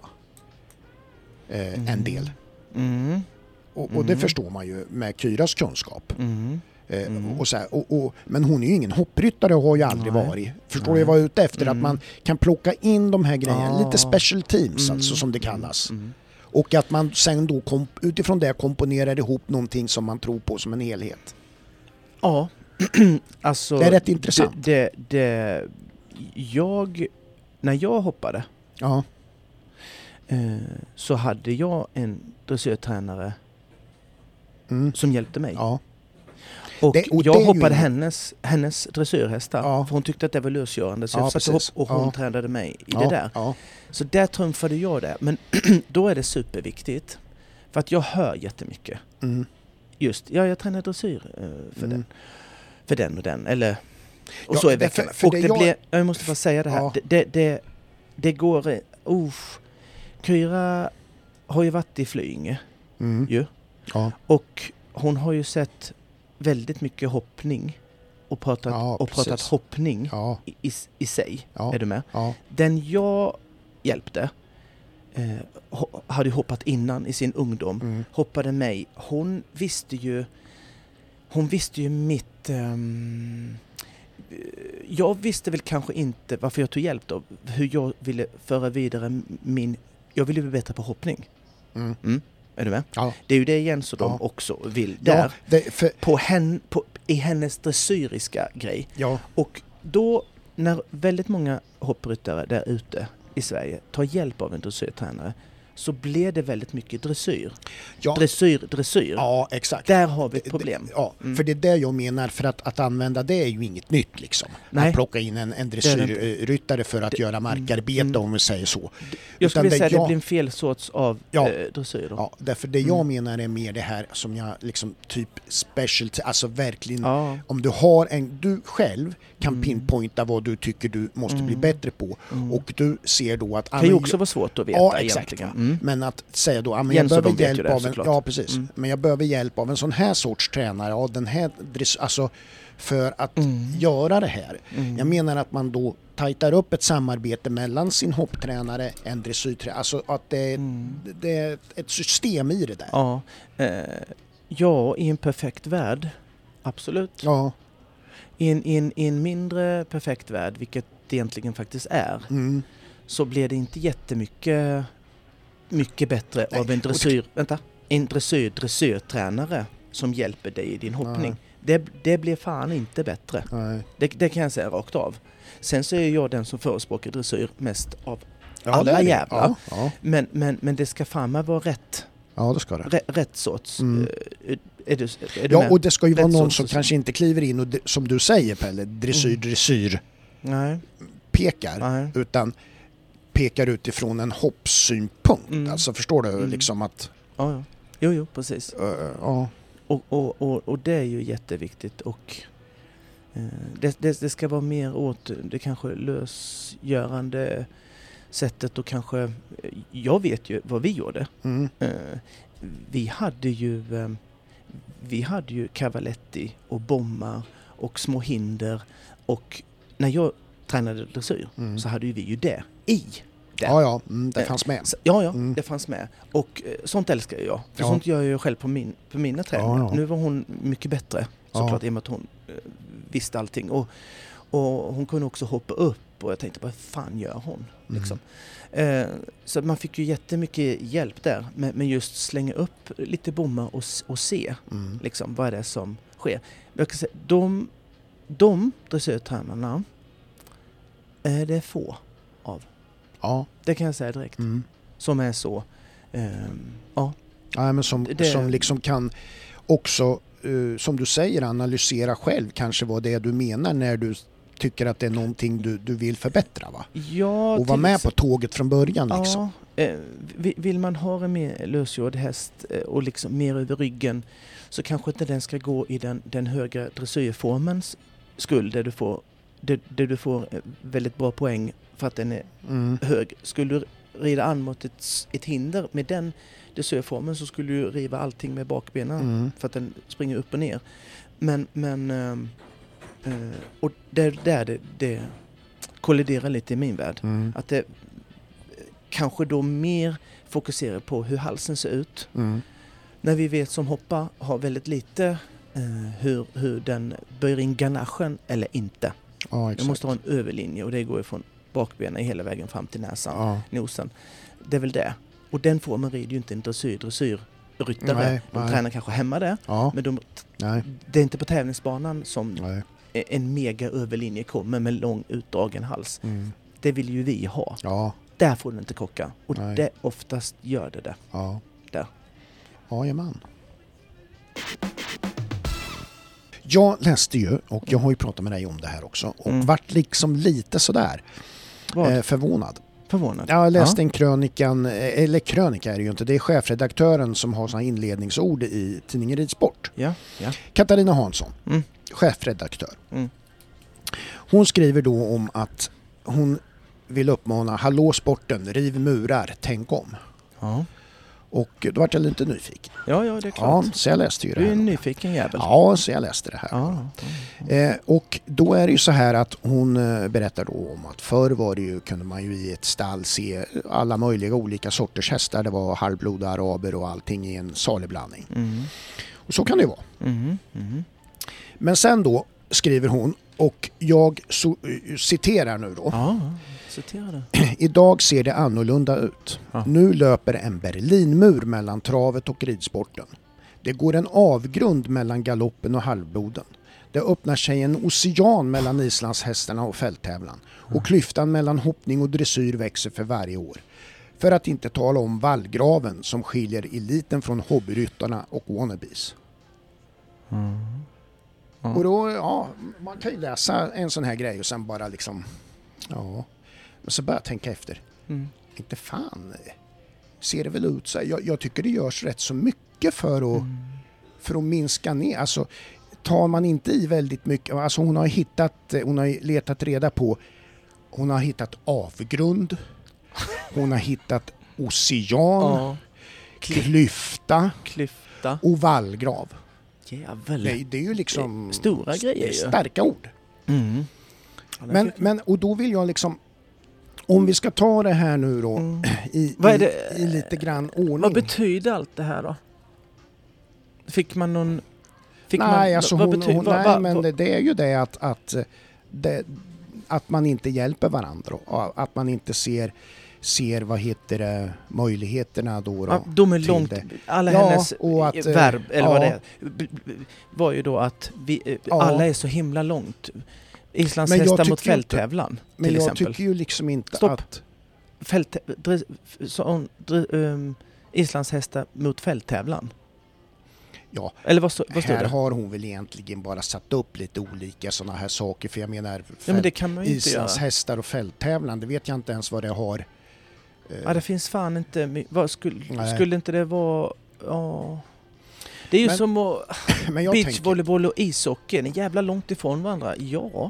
En del. Och det förstår man ju med Kyras kunskap. Och så här, men hon är ju ingen hoppryttare och har ju aldrig varit. Förstår du vad jag är ute efter? Att man kan plocka in de här grejerna, lite special teams alltså som det kallas. Och att man sen då utifrån det komponerar ihop någonting som man tror på som en helhet. Ja, alltså... Det är rätt intressant. När jag hoppade så hade jag en dressörtränare som hjälpte mig. Ja. Och jag hoppade hennes dressörhästar för hon tyckte att det var lösgörande så jag satte upp och hon tränade mig i det där. Ja. Så där trumfade jag det. Men då är det superviktigt för att jag hör jättemycket. Just, jag tränar dressyr för den och den. Eller, och så är veckan. Jag måste bara säga det här. Det går... Kyra har ju varit i Flyinge. Och hon har ju sett väldigt mycket hoppning och pratat hoppning i sig. Är du med? Den jag hjälpte hade hoppat innan i sin ungdom. Hoppade mig. Hon visste ju mitt... jag visste väl kanske inte varför jag tog hjälp då. Hur jag ville föra vidare jag ville bli bättre på hoppning. Är du med? Ja. Det är ju det igen så de också vill där. I hennes dressyriska grej. Ja. Och då när väldigt många hoppryttare där ute i Sverige tar hjälp av en dressyrtränare så blir det väldigt mycket dressyr. Ja. Dressyr. Ja, exakt. Där har vi ett problem. För det är det jag menar, för att använda det är ju inget nytt liksom. Nej. Att plocka in en dressyrryttare för att göra markarbete om vi säger så. Jag skulle säga att det blir en fel sorts av dressyr då. Ja, därför det jag menar är mer det här som jag liksom typ specialty, alltså verkligen om du har du själv kan pinpointa vad du tycker du måste bli bättre på och du ser då att det kan ju också vara svårt att veta egentligen. Men att säga då, jag behöver hjälp av en, men jag behöver hjälp av en sån här sorts tränare, den här alltså för att göra det här. Jag menar att man då tajtar upp ett samarbete mellan sin hopptränare, en dressyrtränare, alltså att det är ett system i det där. I en perfekt värld, absolut. Ja. I en mindre perfekt värld, vilket det egentligen faktiskt är, så blir det inte jättemycket bättre av en dressyrtränare som hjälper dig i din hoppning. Det blir fan inte bättre. Det kan jag säga rakt av. Sen så är jag den som förespråkar dressyr mest av alla jävlar. Men det ska fan vara rätt. Ja, det ska det. Rätt sorts. Är du med? Och det ska ju vara någon som kanske inte kliver in och som du säger, Pelle, dressyr pekar, utan pekar utifrån en hoppsynpunkt. Alltså förstår du liksom att... Ja. Jo, precis. Och det är ju jätteviktigt, och det ska vara mer åt det kanske lösgörande sättet, och kanske, jag vet ju vad vi gjorde. Vi hade ju cavaletti och bommar och små hinder, och när jag tränade dressyr så hade ju vi ju det i det. Det fanns med. Det fanns med. Och sånt älskar jag. För sånt gör jag ju själv på mina träningar. Nu var hon mycket bättre, såklart, i och med att hon visste allting. Och hon kunde också hoppa upp, och jag tänkte, vad fan gör hon? Liksom. Så man fick ju jättemycket hjälp där med just slänga upp lite bommar och se liksom, vad är det som sker. Jag kan säga, de dressyrtränarna är det få av. Ja. Det kan jag säga direkt. Som är så. Men som liksom kan också, som du säger, analysera själv kanske vad det är du menar när du tycker att det är någonting du vill förbättra, va? Ja, och vara med på tåget från början liksom. Vill man ha en mer lösgjord häst och liksom mer över ryggen, så kanske inte den ska gå i den höga dressyrformens skull, där du får väldigt bra poäng för att den är hög. Skulle du rida an mot ett hinder med den dressyrformen, så skulle du riva allting med bakbenen för att den springer upp och ner. Men och där det kolliderar lite i min värld. Att det kanske då mer fokuserar på hur halsen ser ut. När vi vet som hoppar har väldigt lite hur den böjer in ganachen eller inte. Du måste ha en överlinje, och det går ju från bakbenen hela vägen fram till näsan, nosen. Det är väl det. Och den formen rider ju inte en dressyrryttare. De tränar kanske hemma där, men det är inte på tävlingsbanan som en mega överlinje kommer med lång utdragen hals. Det vill ju vi ha. Där får du inte krocka. Och det oftast gör det. Där. Jajamän. Jag läste ju, och jag har ju pratat med dig om det här också, och vart liksom lite sådär förvånad. Jag läste en krönika är det ju inte, det är chefredaktören som har såna inledningsord i tidningen Ridsport. Katarina Hansson, chefredaktör. Hon skriver då om att hon vill uppmana, hallå sporten, riv murar, tänk om. Och då var jag lite nyfiken. Ja, det är klart. Så jag läste ju det här. Du är en nyfiken jävel. Ja, så jag läste det här. Och då är det ju så här att hon berättar då om att förr var det ju, kunde man ju i ett stall se alla möjliga olika sorters hästar. Det var halvblodda araber och allting i en salig blandning. Och så kan det ju vara. Men sen då skriver hon, och jag citerar nu då. Idag ser det annorlunda ut. Nu löper en Berlinmur mellan travet och ridsporten. Det går en avgrund mellan galoppen och halvbloden. Det öppnar sig en ocean mellan islandshästarna och fälttävlan. Och klyftan mellan hoppning och dressyr växer för varje år. För att inte tala om vallgraven som skiljer eliten från hobbyryttarna och wannabes. Och då, man kan ju läsa en sån här grej och sen bara liksom, men så börjar jag tänka efter. Inte fan, ser det väl ut så här. Jag tycker det görs rätt så mycket för att minska ner. Alltså, tar man inte i väldigt mycket, alltså hon har letat reda på, hon har hittat avgrund, hon har hittat ocean, klyfta och vallgrav. Jävel. Det är ju liksom stora grejer. Starka ord. Men och då vill jag liksom, om vi ska ta det här nu då i lite grann ordning. Vad betyder allt det här då? Fick man någon... Det är ju det att man inte hjälper varandra och att man inte ser möjligheterna då de är långt alla hennes och att, verb eller vad det är var ju då att alla är så himla långt. Islands hästar mot fälttävlan till exempel. Men jag tycker ju liksom inte att islandshästar mot fälttävlan. Ja, eller vad står här det? har hon väl egentligen bara satt upp lite olika sådana här saker. För jag menar, men det kan man ju inte islandshästar och fälttävlan, det vet jag inte ens vad det har. Ja, det finns fan inte. Skulle inte det vara... Det är ju som att beachvolleyboll och ishockey. Ni är jävla långt ifrån varandra. Ja.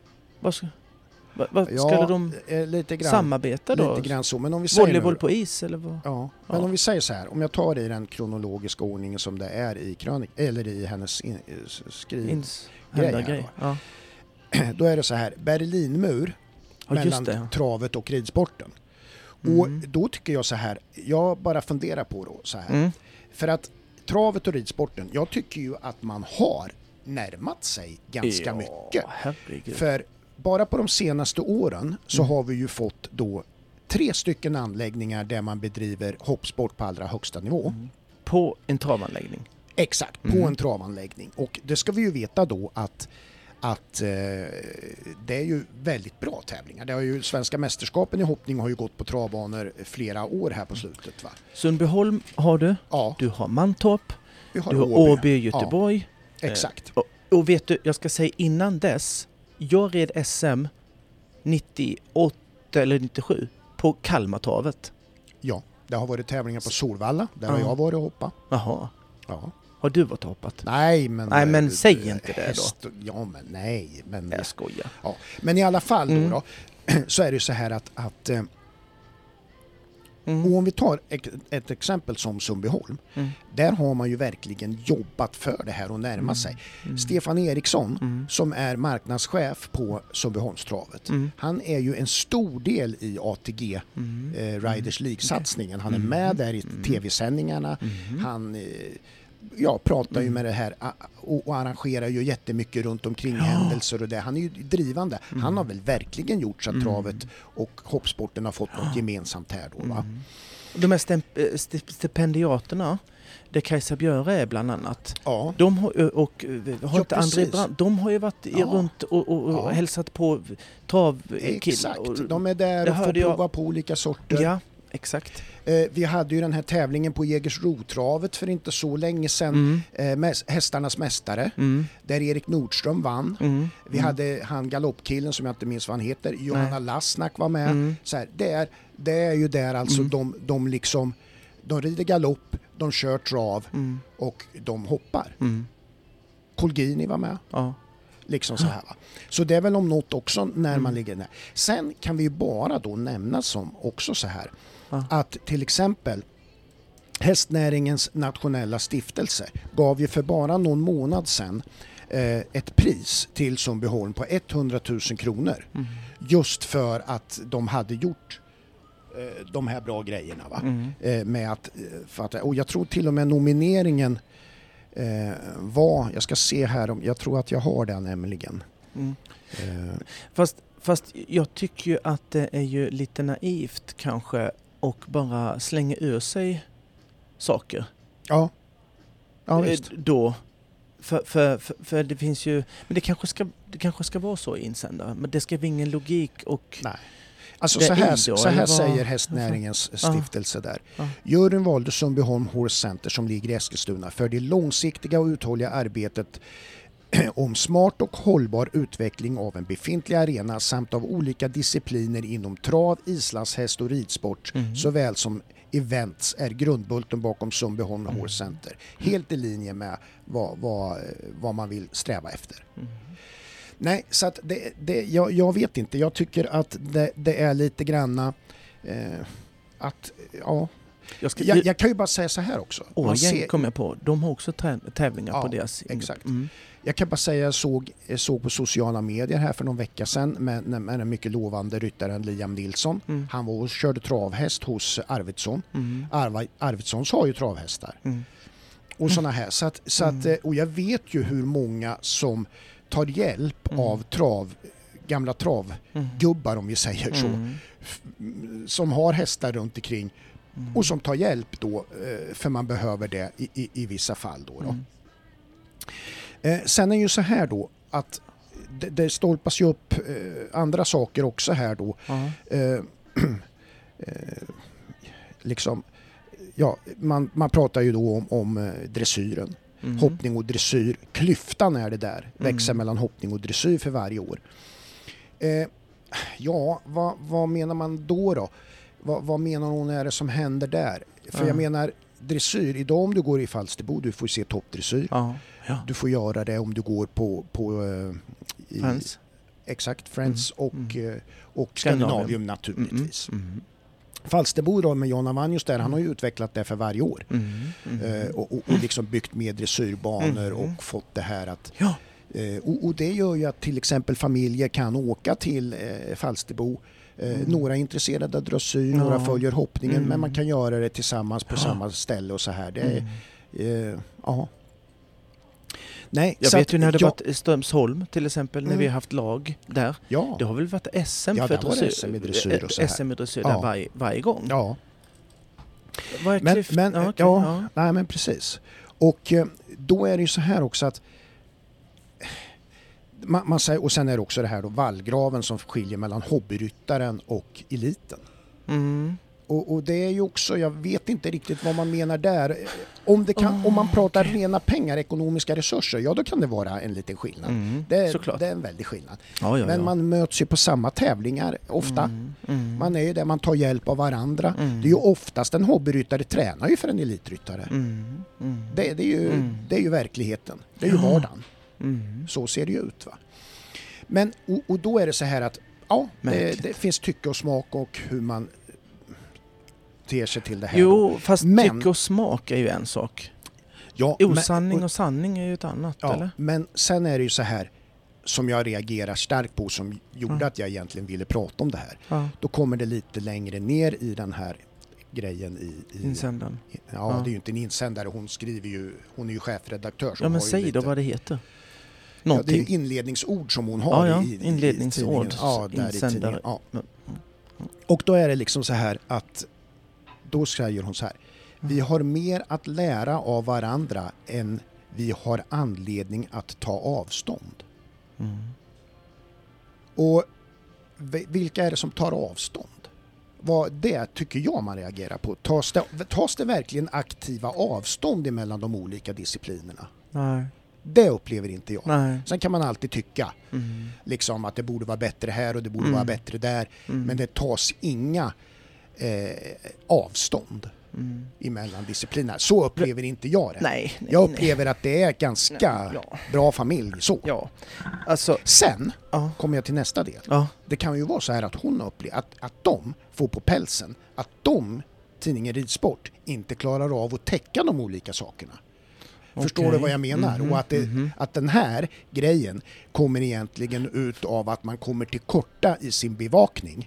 Skulle de lite grann, samarbeta då? Lite grann så. Men om vi säger volleyboll på is eller vad? Ja. Men om vi säger så här, om jag tar det i den kronologiska ordningen som det är i eller i hennes skrivgrej. Ja. Då är det så här, Berlinmur mellan travet och ridsporten. Och då tycker jag så här, jag bara funderar på då så här. För att travet och ridsporten, jag tycker ju att man har närmat sig ganska mycket. Herregud. För bara på de senaste åren så har vi ju fått då 3 stycken anläggningar där man bedriver hoppsport på allra högsta nivå. På en travanläggning? Exakt, på en travanläggning. Och det ska vi ju veta då att det är ju väldigt bra tävlingar. Det har ju svenska mästerskapen i hoppning har ju gått på travbanor flera år här på slutet. Va? Sundbyholm har du. Ja. Du har Mantorp. Du har Åby i Göteborg. Ja. Exakt. Och vet du, jag ska säga innan dess, jag red SM 98 eller 97 på Kalmartravet. Ja, det har varit tävlingar på Solvalla. Där har jag varit och hoppat. Jaha. Ja. Har du varit och hoppat? Nej, men säg inte det då. Ja, men nej. Men, jag skojar. Ja. Men i alla fall då så är det så här att och om vi tar ett exempel som Sundbyholm, där har man ju verkligen jobbat för det här och närma sig. Stefan Eriksson som är marknadschef på Sundbyholmstravet, han är ju en stor del i ATG Riders League-satsningen. Han är med där i tv-sändningarna. Han pratar ju med det här och arrangerar ju jättemycket runt omkring händelser och det. Han är ju drivande. Han har väl verkligen gjort så att travet och hoppsporten har fått något gemensamt här då, va? De här stipendiaterna, det Kajsa Björe är bland annat. Ja. De har ju varit runt och hälsat på travkill. Exakt, de är där och får prova på olika sorter. Ja, exakt. Vi hade ju den här tävlingen på Jägersrotravet för inte så länge sedan, hästarnas mästare, där Erik Nordström vann. Vi hade han galoppkillen som jag inte minns vad han heter, Johanna Lassnack var med. Så här, det är ju där alltså de liksom, de rider galopp, de kör trav och de hoppar. Colgini var med. Ja. Liksom så här, va? Så det är väl om något också när man ligger där. Sen kan vi ju bara då nämna som också så här att till exempel Hästnäringens nationella stiftelse gav ju för bara någon månad sedan ett pris till Sundbyholm på 100 000 kronor just för att de hade gjort de här bra grejerna, va? Med att och jag tror till och med nomineringen jag ska se här, jag tror att jag har den nämligen. Fast jag tycker ju att det är ju lite naivt kanske och bara slänga ur sig saker. Ja visst. Då. För det finns ju, men det kanske ska vara så i insändare, men det ska vara ingen logik och... Nej. Alltså så här säger Hästnäringens stiftelse där. Juryn valde Sundbyholm Horse Center som ligger i Eskilstuna för det långsiktiga och uthålliga arbetet om smart och hållbar utveckling av en befintlig arena samt av olika discipliner inom trav, islandshäst och ridsport såväl som events är grundbulten bakom Sundbyholm Horse Center. Helt i linje med vad man vill sträva efter. Nej, så att jag vet inte. Jag tycker att det är lite granna jag kan ju bara säga så här också. Kommer jag på. De har också tävlingar på deras... Exakt. Jag kan bara säga jag såg på sociala medier här för någon vecka sedan med den mycket lovande ryttaren Liam Nilsson. Han var och körde travhäst hos Arvidsson. Arvidssons har ju travhästar. Och såna här. Så att, och jag vet ju hur många som tar hjälp av gamla travgubbar om vi säger så. Som har hästar runt omkring och som tar hjälp då för man behöver det i vissa fall då. Sen är ju så här då att det stolpas ju upp andra saker också här då. liksom, ja, man pratar ju då om dressyren. Hoppning och dressyr. Klyftan är det där. Växer mellan hoppning och dressyr för varje år. Ja, vad menar man då? Vad menar hon är det som händer där? För jag menar, dressyr, idag om du går i Falsterbo, du får se toppdressyr. Ja. Du får göra det om du går på Friends. Exakt, Friends och Skandinavium naturligtvis. Falsterbo då med Jan Avanjos där, han har ju utvecklat det för varje år. Och liksom byggt med dressyrbanor och fått det här att... Ja. Och det gör ju att till exempel familjer kan åka till Falsterbo. Några är intresserade av dressyr, några följer hoppningen, men man kan göra det tillsammans på samma ställe och så här. Det är, Nej, jag vet ju när det varit i Strömsholm till exempel, när vi har haft lag där. Ja. Det har väl varit SM för dressyr, SM i dressyr och så här. SM i dressyr där varje gång. Ja. Vad är nej men precis. Och då är det ju så här också att man säger, och sen är det också det här då vallgraven som skiljer mellan hobbyryttaren och eliten. Och det är ju också, jag vet inte riktigt vad man menar där. Om man pratar rena pengar, ekonomiska resurser, ja då kan det vara en liten skillnad. Det är en väldig skillnad. Men man möts ju på samma tävlingar ofta. Man är ju där, man tar hjälp av varandra. Det är ju oftast en hobbyryttare tränar ju för en elitryttare. Det är ju verkligheten. Det är ju vardagen. Så ser det ju ut, va. Men och då är det så här att det finns tycke och smak och hur man ter sig till det här. Jo, fast tycke och smak är ju en sak. Ja, osanning och sanning är ju ett annat, eller? Men sen är det ju så här som jag reagerar starkt på, som gjorde att jag egentligen ville prata om det här. Då kommer det lite längre ner i den här grejen i insändaren. Det är ju inte en insändare, hon är ju chefredaktör. Men säg då vad det heter. Ja, det är ju inledningsord som hon har i inledningsord. Där i tidningen. Ja. Och då är det liksom så här att då säger hon så här: vi har mer att lära av varandra än vi har anledning att ta avstånd. Och vilka är det som tar avstånd? Det tycker jag man reagerar på. Tas det verkligen aktiva avstånd mellan de olika disciplinerna? Nej. Det upplever inte jag. Nej. Sen kan man alltid tycka liksom att det borde vara bättre här och det borde vara bättre där. Men det tas inga avstånd emellan discipliner. Så upplever inte jag det. Nej, jag upplever att det är ganska bra familj. Så. Ja. Alltså, sen kommer jag till nästa del. Det kan ju vara så här att hon upplever att de får på pälsen att tidningen Ridsport inte klarar av att täcka de olika sakerna. Förstår du vad jag menar? Och att den här grejen kommer egentligen ut av att man kommer till korta i sin bevakning.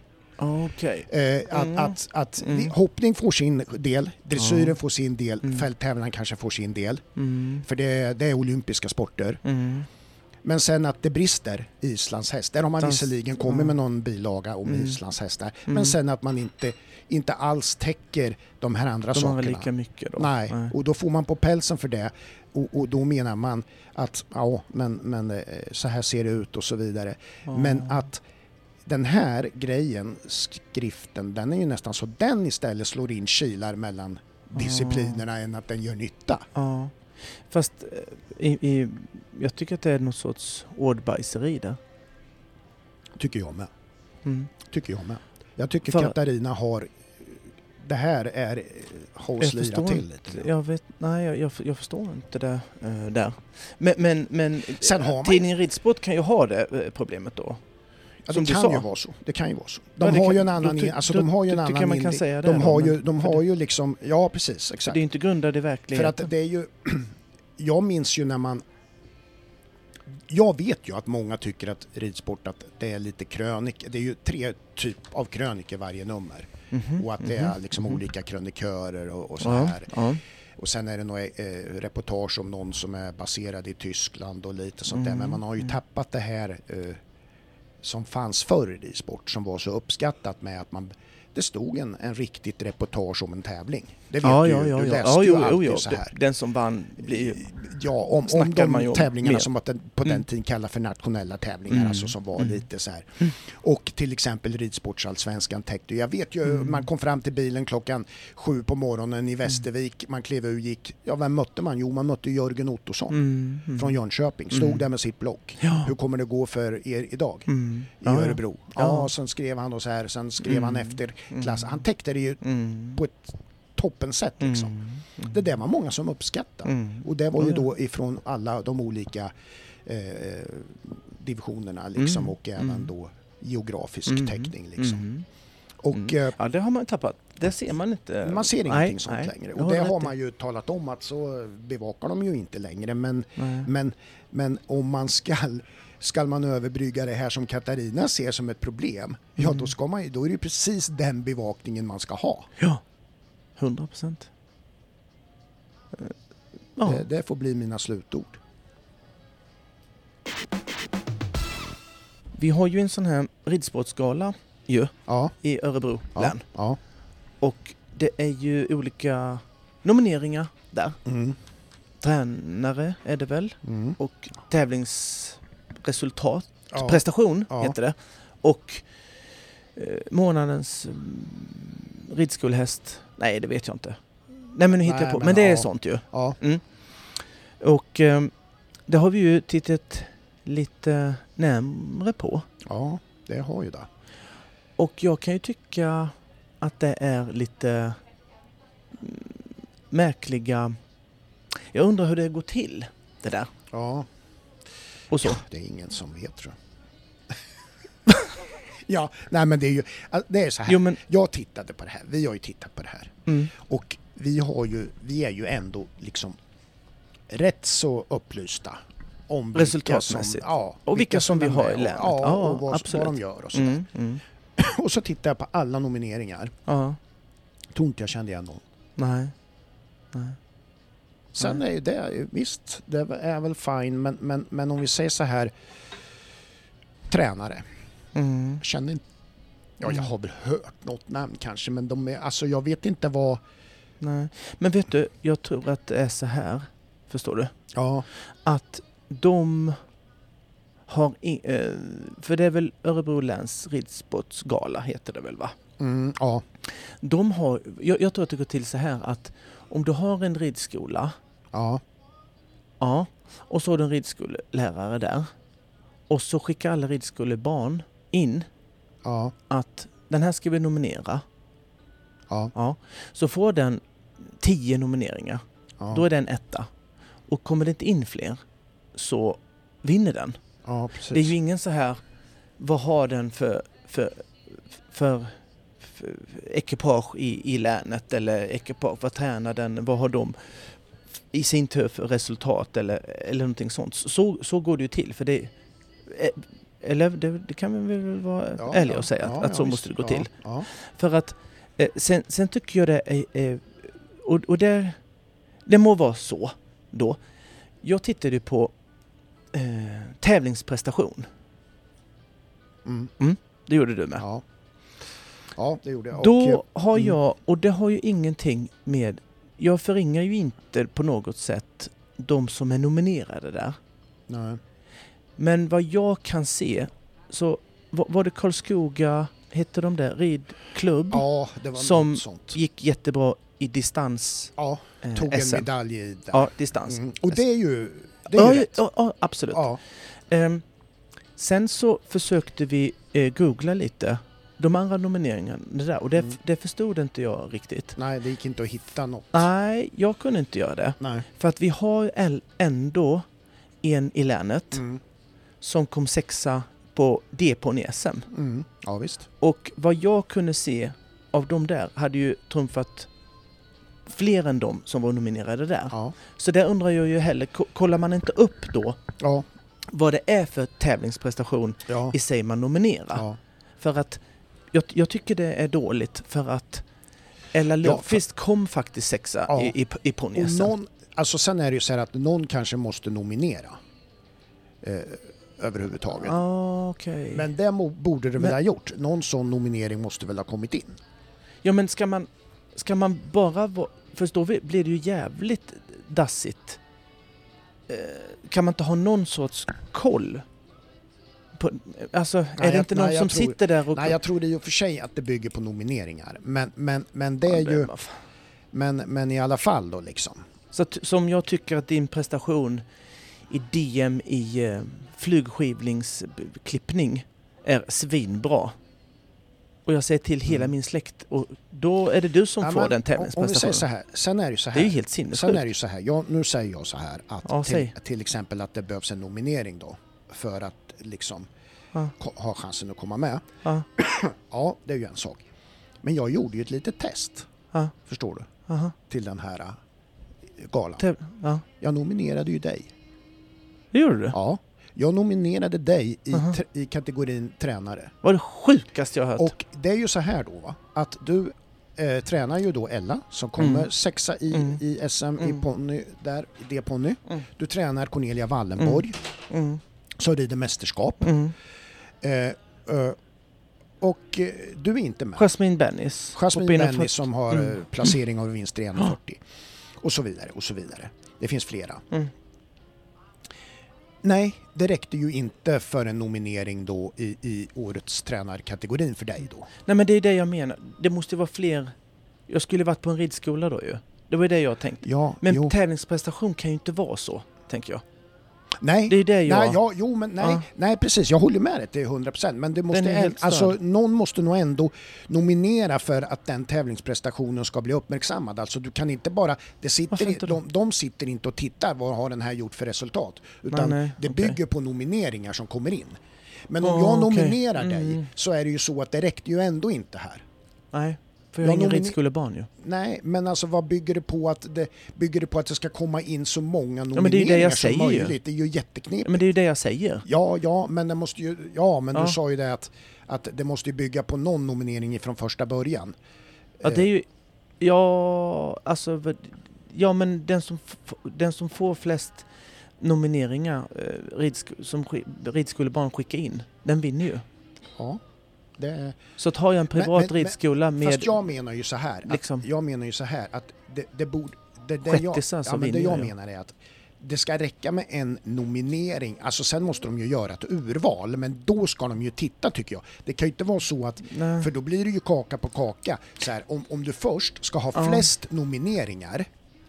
Att hoppning får sin del, dressyren får sin del, fälttävlan kanske får sin del. För det är olympiska sporter. Men sen att det brister i islandshäst. Där har man visserligen kommit med någon bilaga om islandshästar. Men sen att man inte alls täcker de här andra sakerna. De har väl lika mycket då? Nej, och då får man på pälsen för det. Och då menar man att men så här ser det ut och så vidare. Men att den här grejen, skriften, den är ju nästan så den istället slår in kilar mellan disciplinerna än att den gör nytta. Fast jag tycker att det är något sorts ordbajseri där. Tycker jag med. Jag tycker Katarina har det här har slirat till lite. Jag förstår inte det där. Men sen har tidningen Ridsport kan ju ha det problemet då. Ja, det kan ju vara så. De har ju en annan de har ju liksom precis, exakt. Det är inte grundat i verkligheten. För att det är ju jag minns ju när jag vet ju att många tycker att Ridsport att det är lite krönik. Det är ju 3 typ av kröniker varje nummer. Och att det är liksom olika krönikörer och så här. Och sen är det några reportage om någon som är baserad i Tyskland och lite sånt där. Men man har ju tappat det här som fanns förr i sport som var så uppskattat med att det stod en riktigt reportage om en tävling. Det vet du läste ju alltid så här. Den som vann blir om de tävlingarna som på den tiden kallade för nationella tävlingar, alltså som var lite så här. Och till exempel ridsportsallsvenskan täckte. Jag vet ju, man kom fram till bilen klockan 7 på morgonen i Västervik, man klev ur, gick, vem mötte man? Jo, man mötte Jörgen Ottosson från Jönköping, stod där med sitt block. Hur kommer det gå för er idag i Örebro? Sen skrev han och så här, sen skrev han efter klass. Han täckte det ju på ett toppensätt liksom. Det där var många som uppskattade. Och det var ju då ifrån alla de olika divisionerna liksom, och även då geografisk täckning liksom. Och det har man tappat. Det ser man inte. Man ser ingenting sånt längre. Och det har man ju talat om att så bevakar de ju inte längre, men om man ska man överbrygga det här som Katarina ser som ett problem, då är det precis den bevakningen man ska ha. Ja. 100%. Det får bli mina slutord. Vi har ju en sån här ridsportsgala i Örebro län. Ja. Och det är ju olika nomineringar där. Tränare är det väl. Och tävlingsresultat. Prestation heter det. Och månadens ridskolehäst. Nej, det vet jag inte. Nej, men nu hittar jag på. Men det är sånt ju. Ja. Och det har vi ju tittat lite närmare på. Ja, det har ju det. Och jag kan ju tycka att det är lite märkliga... Jag undrar hur det går till, det där. Ja. Och så. Ja, det är ingen som vet, tror jag. Ja, nej men det är så här. Jo, men... Jag tittade på det här. Vi har ju tittat på det här. Och vi är ju ändå liksom rätt så upplysta om resultatmässigt. Och vilka som vi har i länet. Och vad de gör och sådär. Och så tittade jag på alla nomineringar. Tror inte jag kände igen någon. Nej. Sen är ju det, visst, det är väl fine, men om vi säger så här, tränare. Känner inte... jag har väl hört något namn kanske, men de är, alltså jag vet inte vad... Nej, men vet du, jag tror att det är så här, förstår du? Ja. Att de har... för det är väl Örebro läns ridsportsgala heter det väl, va? Ja. De har... Jag tror att det går till så här att om du har en ridskola... Ja. Och så har du en ridskollärare där. Och så skickar alla ridskolebarn in att den här ska vi nominera. Ja. Så får den 10 nomineringar. Då är den etta. Och kommer det inte in fler så vinner den. Ja, precis. Det är ju ingen så här, vad har den för ekipage i länet, eller ekipage, vad tränar den, vad har de i sin tur för resultat eller någonting sånt. Så går det ju till, för det eller det kan vi väl vara ärliga och säga att så måste det gå till. Ja. För att sen tycker jag det är och det må vara så då. Jag tittade på tävlingsprestation. Det gjorde du med. Ja, det gjorde jag. Då har jag, och det har ju ingenting med, jag förringar ju inte på något sätt de som är nominerade där. Nej. Men vad jag kan se så var det Karlskoga, hette de där, ridklubb, det var som sånt. gick jättebra i distans. Ja, tog en SM. medalj i där. Ja, distans. Och det är ju rätt. Ja, absolut. Ja. Sen så försökte vi googla lite de andra nomineringarna där, och det förstod inte jag riktigt. Nej, det gick inte att hitta något. Nej, jag kunde inte göra det. Nej. För att vi har ändå en i länet som kom 6:a på depån i SM. Ja, visst. Och vad jag kunde se av de där hade ju trumfat fler än de som var nominerade där. Ja. Så där undrar jag ju heller, kollar man inte upp då vad det är för tävlingsprestation i sig man nominerar? Ja. För att jag tycker det är dåligt, för att Ella Lundqvist kom faktiskt 6:a i ponny-SM. Alltså sen är det ju så här att någon kanske måste nominera överhuvudtaget. Okay. Men det borde det väl ha gjort. Någon sån nominering måste väl ha kommit in. Ja, men ska man... ska man bara för då blir det ju jävligt dassigt. Kan man inte ha någon sorts koll? Alltså, är det inte någon som sitter där och... Nej, jag tror det i och för sig att det bygger på nomineringar. Men det är ju... Men i alla fall då liksom. Så som jag tycker att din prestation i DM i flygskivlingsklippning är svinbra. Och jag säger till hela min släkt. Och då är det du som får den tävlingsprestationen. Om vi säger så här. Sen är det ju så här. Det är ju helt sinnessjukt. Sen är det ju så här. Nu säger jag så här. Att ja, till exempel att det behövs en nominering då. För att liksom ha chansen att komma med. Ja. Ja, det är ju en sak. Men jag gjorde ju ett litet test. Ja. Förstår du? Aha. Till den här galan. Ja. Jag nominerade ju dig. Gjorde du? Ja. Jag nominerade dig i kategorin tränare. Vad det sjukaste jag har hört. Och det är ju så här då va. Att du tränar ju då Ella som kommer sexa i SM i ponny där i det ponny. Du tränar Cornelia Wallenborg. Så rider mästerskap. Och du är inte med. Jasmine Bennis som har placering av vinst 340. Och så vidare och så vidare. Det finns flera. Nej, det räckte ju inte för en nominering då i årets tränarkategorin för dig då. Nej, men det är det jag menar. Det måste vara fler. Jag skulle varit på en ridskola då ju. Det var det jag tänkte. Ja, men tävlingsprestation kan ju inte vara så, tänker jag. Nej, det är det jag... nej, precis. Jag håller med dig till 100%. Men det måste någon måste nog ändå nominera för att den tävlingsprestationen ska bli uppmärksammad. Alltså du kan inte bara... De sitter inte och tittar vad har den här gjort för resultat. Utan det bygger på nomineringar som kommer in. Men om jag nominerar dig så är det ju så att det räckte ju ändå inte här. Nej. För jag har ingen ridskolebarn ju. Nej, men alltså vad bygger det på att det ska komma in så många nomineringar som möjligt? Det är ju jätteknepigt. Men det är ju det jag säger. Ja, men det måste ju du sa ju det att det måste ju bygga på någon nominering från första början. Ja, det är ju men den som får flest nomineringar som ridskolebarn skickar in, den vinner ju. Ja. Så tar jag en privat ridskola med... Fast jag menar ju så här. Att jag menar är att det ska räcka med en nominering. Alltså sen måste de ju göra ett urval. Men då ska de ju titta tycker jag. Det kan ju inte vara så att... Nej. För då blir det ju kaka på kaka. Så här, om du först ska ha flest nomineringar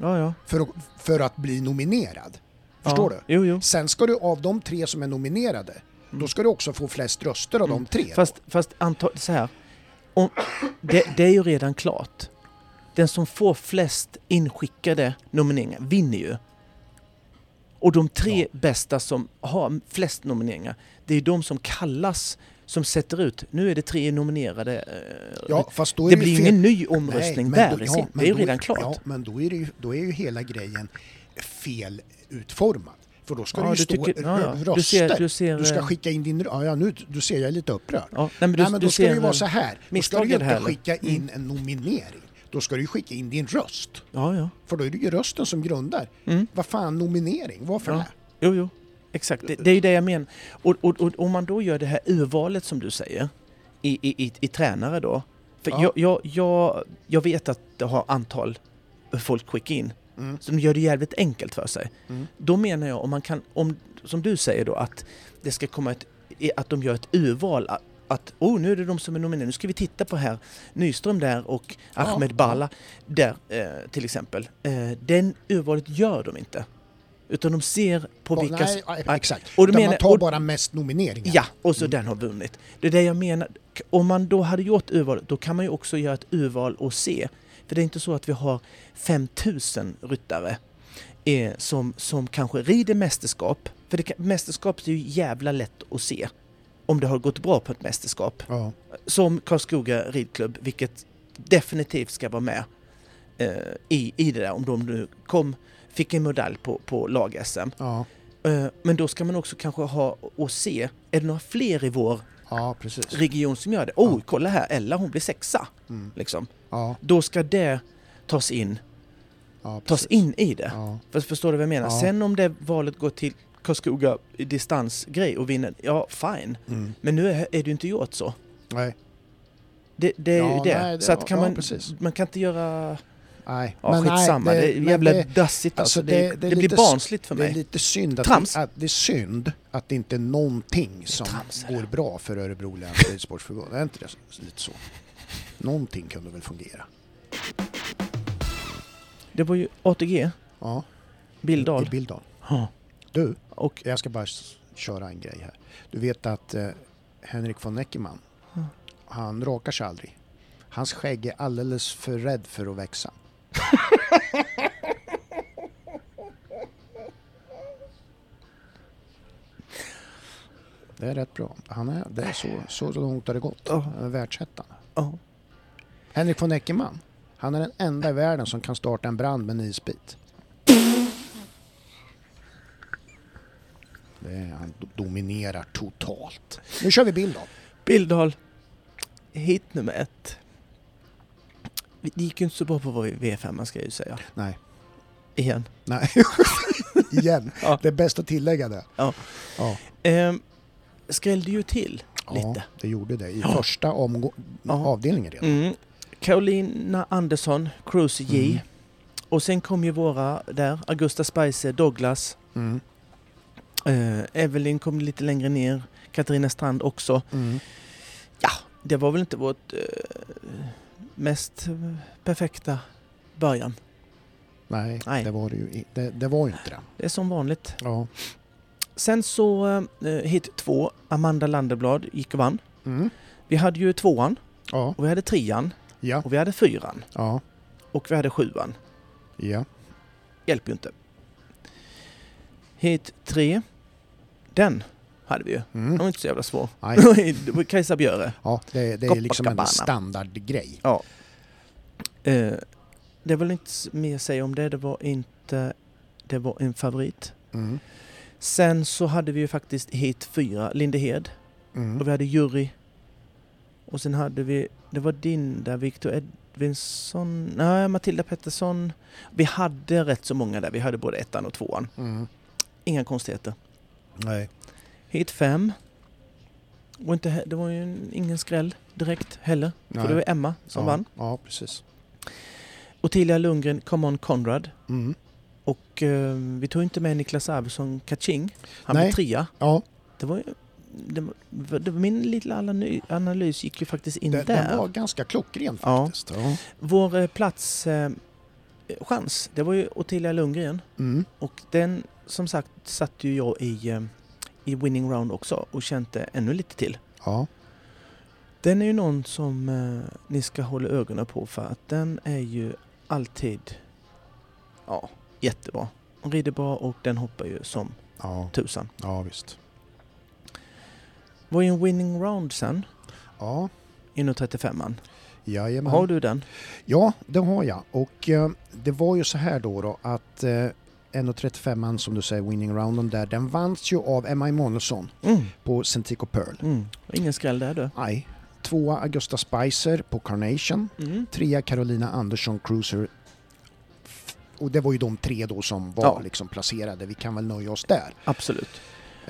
för att bli nominerad. Förstår du? Jo. Sen ska du av de 3 som är nominerade... Då ska du också få flest röster av de 3. Fast så här. Det är ju redan klart. Den som får flest inskickade nomineringar vinner ju. Och de 3 bästa som har flest nomineringar, det är de som kallas, som sätter ut. Nu är det 3 nominerade. Fast då är det blir ingen ny omröstning det är ju redan klart. Ja, men då är ju hela grejen fel utformad. För då ska det ju stå röster. Du ska skicka in din... Du ser jag är lite upprörd. Ja, men då ska det ju vara så här. Då ska du ju inte skicka in en nominering. Då ska du skicka in din röst. Ja. För då är det ju rösten som grundar. Vad fan nominering? Varför det? Jo. Exakt. Det är ju det jag menar. Och om man då gör det här urvalet som du säger i tränare då. För jag vet att det har antal folk skicka in. Så de gör det jävligt enkelt för sig. Då menar jag om som du säger då att det ska komma att de gör ett urval att nu är det de som är nominerade. Nu ska vi titta på här Nyström där och Ahmed Bala där till exempel. Den urvalet gör de inte. Utan de ser på vilka... exakt. Och man tar bara mest nomineringar. Ja, och så den har vunnit. Det är det jag menar. Om man då hade gjort urval, då kan man ju också göra ett urval och se. För det är inte så att vi har 5000 ryttare som kanske rider mästerskap. För mästerskap är ju jävla lätt att se om det har gått bra på ett mästerskap. Ja. Som Karlskoga ridklubb, vilket definitivt ska vara med i det där. Om de nu fick en medalj på lag-SM. Ja. Men då ska man också kanske ha och se, är det några fler i vår region som gör det? Kolla här, Ella hon blir 6:a. Liksom. Ja. Då ska det tas in i det. Ja. Förstår du vad jag menar? Ja. Sen om det valet går till Karlskoga distansgrej och vinner, fine. Men nu är det ju inte gjort så. Nej. Det är ju det. Nej, så att kan man kan inte göra... Nej, men skitsamma. Det är jävla dassigt. Alltså det blir barnsligt för mig. Det är lite synd att det är synd att det inte är någonting som går bra för Örebro läns ridsportförbund. Är inte det lite så? Någonting kunde väl fungera. Det var ju ATG. Ja. Billdal. I Billdal. Ja. Du, och jag ska bara köra en grej här. Du vet att Henrik von Eckermann, han rakar sig aldrig. Hans skägg är alldeles för rädd för att växa. Det är rätt bra. Det är så långt har det gått. Han är världsettan. Henrik von Eckermann, han är den enda i världen som kan starta en brand med en isbit. Han dominerar totalt. Nu kör vi Billdal. Billdal. Hit nummer 1. Det gick ju inte så bra på V5, man ska ju säga. Nej. Igen. Nej. Igen. Ja. Det är bäst att tillägga det. Ja. Skrällde ju till lite. Ja, det gjorde det. I första avdelningen redan. Carolina Andersson, Cruise J. Och sen kom ju våra där. Augusta Spicer, Douglas. Evelyn kom lite längre ner. Katarina Strand också. Ja, det var väl inte vårt mest perfekta början. Nej. Det var det ju. Det var ju inte det. Det är som vanligt. Ja. Sen så hit 2, Amanda Landerblad gick och vann. Vi hade ju 2:an. Ja. Och vi hade 3:an. Ja. Och vi hade 4:an. Ja. Och vi hade 7:an. Ja. Hjälper ju inte. Hit 3. Den hade vi ju. Den var inte så jävla svår. Det var Kajsa Björe. Ja, det är liksom en standardgrej. Ja. Det är väl inte mer att säga om det. Det var en favorit. Sen så hade vi ju faktiskt hit 4, Lindehed. Och vi hade jury. Och sen hade vi, det var din där, Victor Edvinsson, Matilda Pettersson. Vi hade rätt så många där. Vi hade både 1:an och 2:an. Inga konstigheter. Nej. Hit 5. Och det var ju ingen skräll direkt heller. Nej. För det var Emma som vann. Ja, precis. Ottilia Lundgren, Come On Conrad. Och vi tog inte med Niklas Arvidsson Kaching. Han blev 3. Ja. Det var min lilla analys gick ju faktiskt in där. Den var ganska klockren faktiskt. Ja. Vår chans, det var ju Ottilia Lundgren. Och den, som sagt, satt ju jag i winning round också och kände ännu lite till. Ja. Den är ju någon som ni ska hålla ögonen på, för att den är ju alltid jättebra. Hon rider bra och den hoppar ju som tusan. Ja, visst. Var ju en winning round sen. Ja. Inom 35an. Jajamän. Har du den? Ja, det har jag. Och det var ju så här då att 1.35an, som du säger, winning rounden där, den vanns ju av Emma Emanuelsson på Centico Pearl. Ingen skräll där du? Nej. 2 Augusta Spicer på Carnation. 3 Carolina Andersson Cruiser. Och det var ju de 3 då som var liksom placerade. Vi kan väl nöja oss där. Absolut.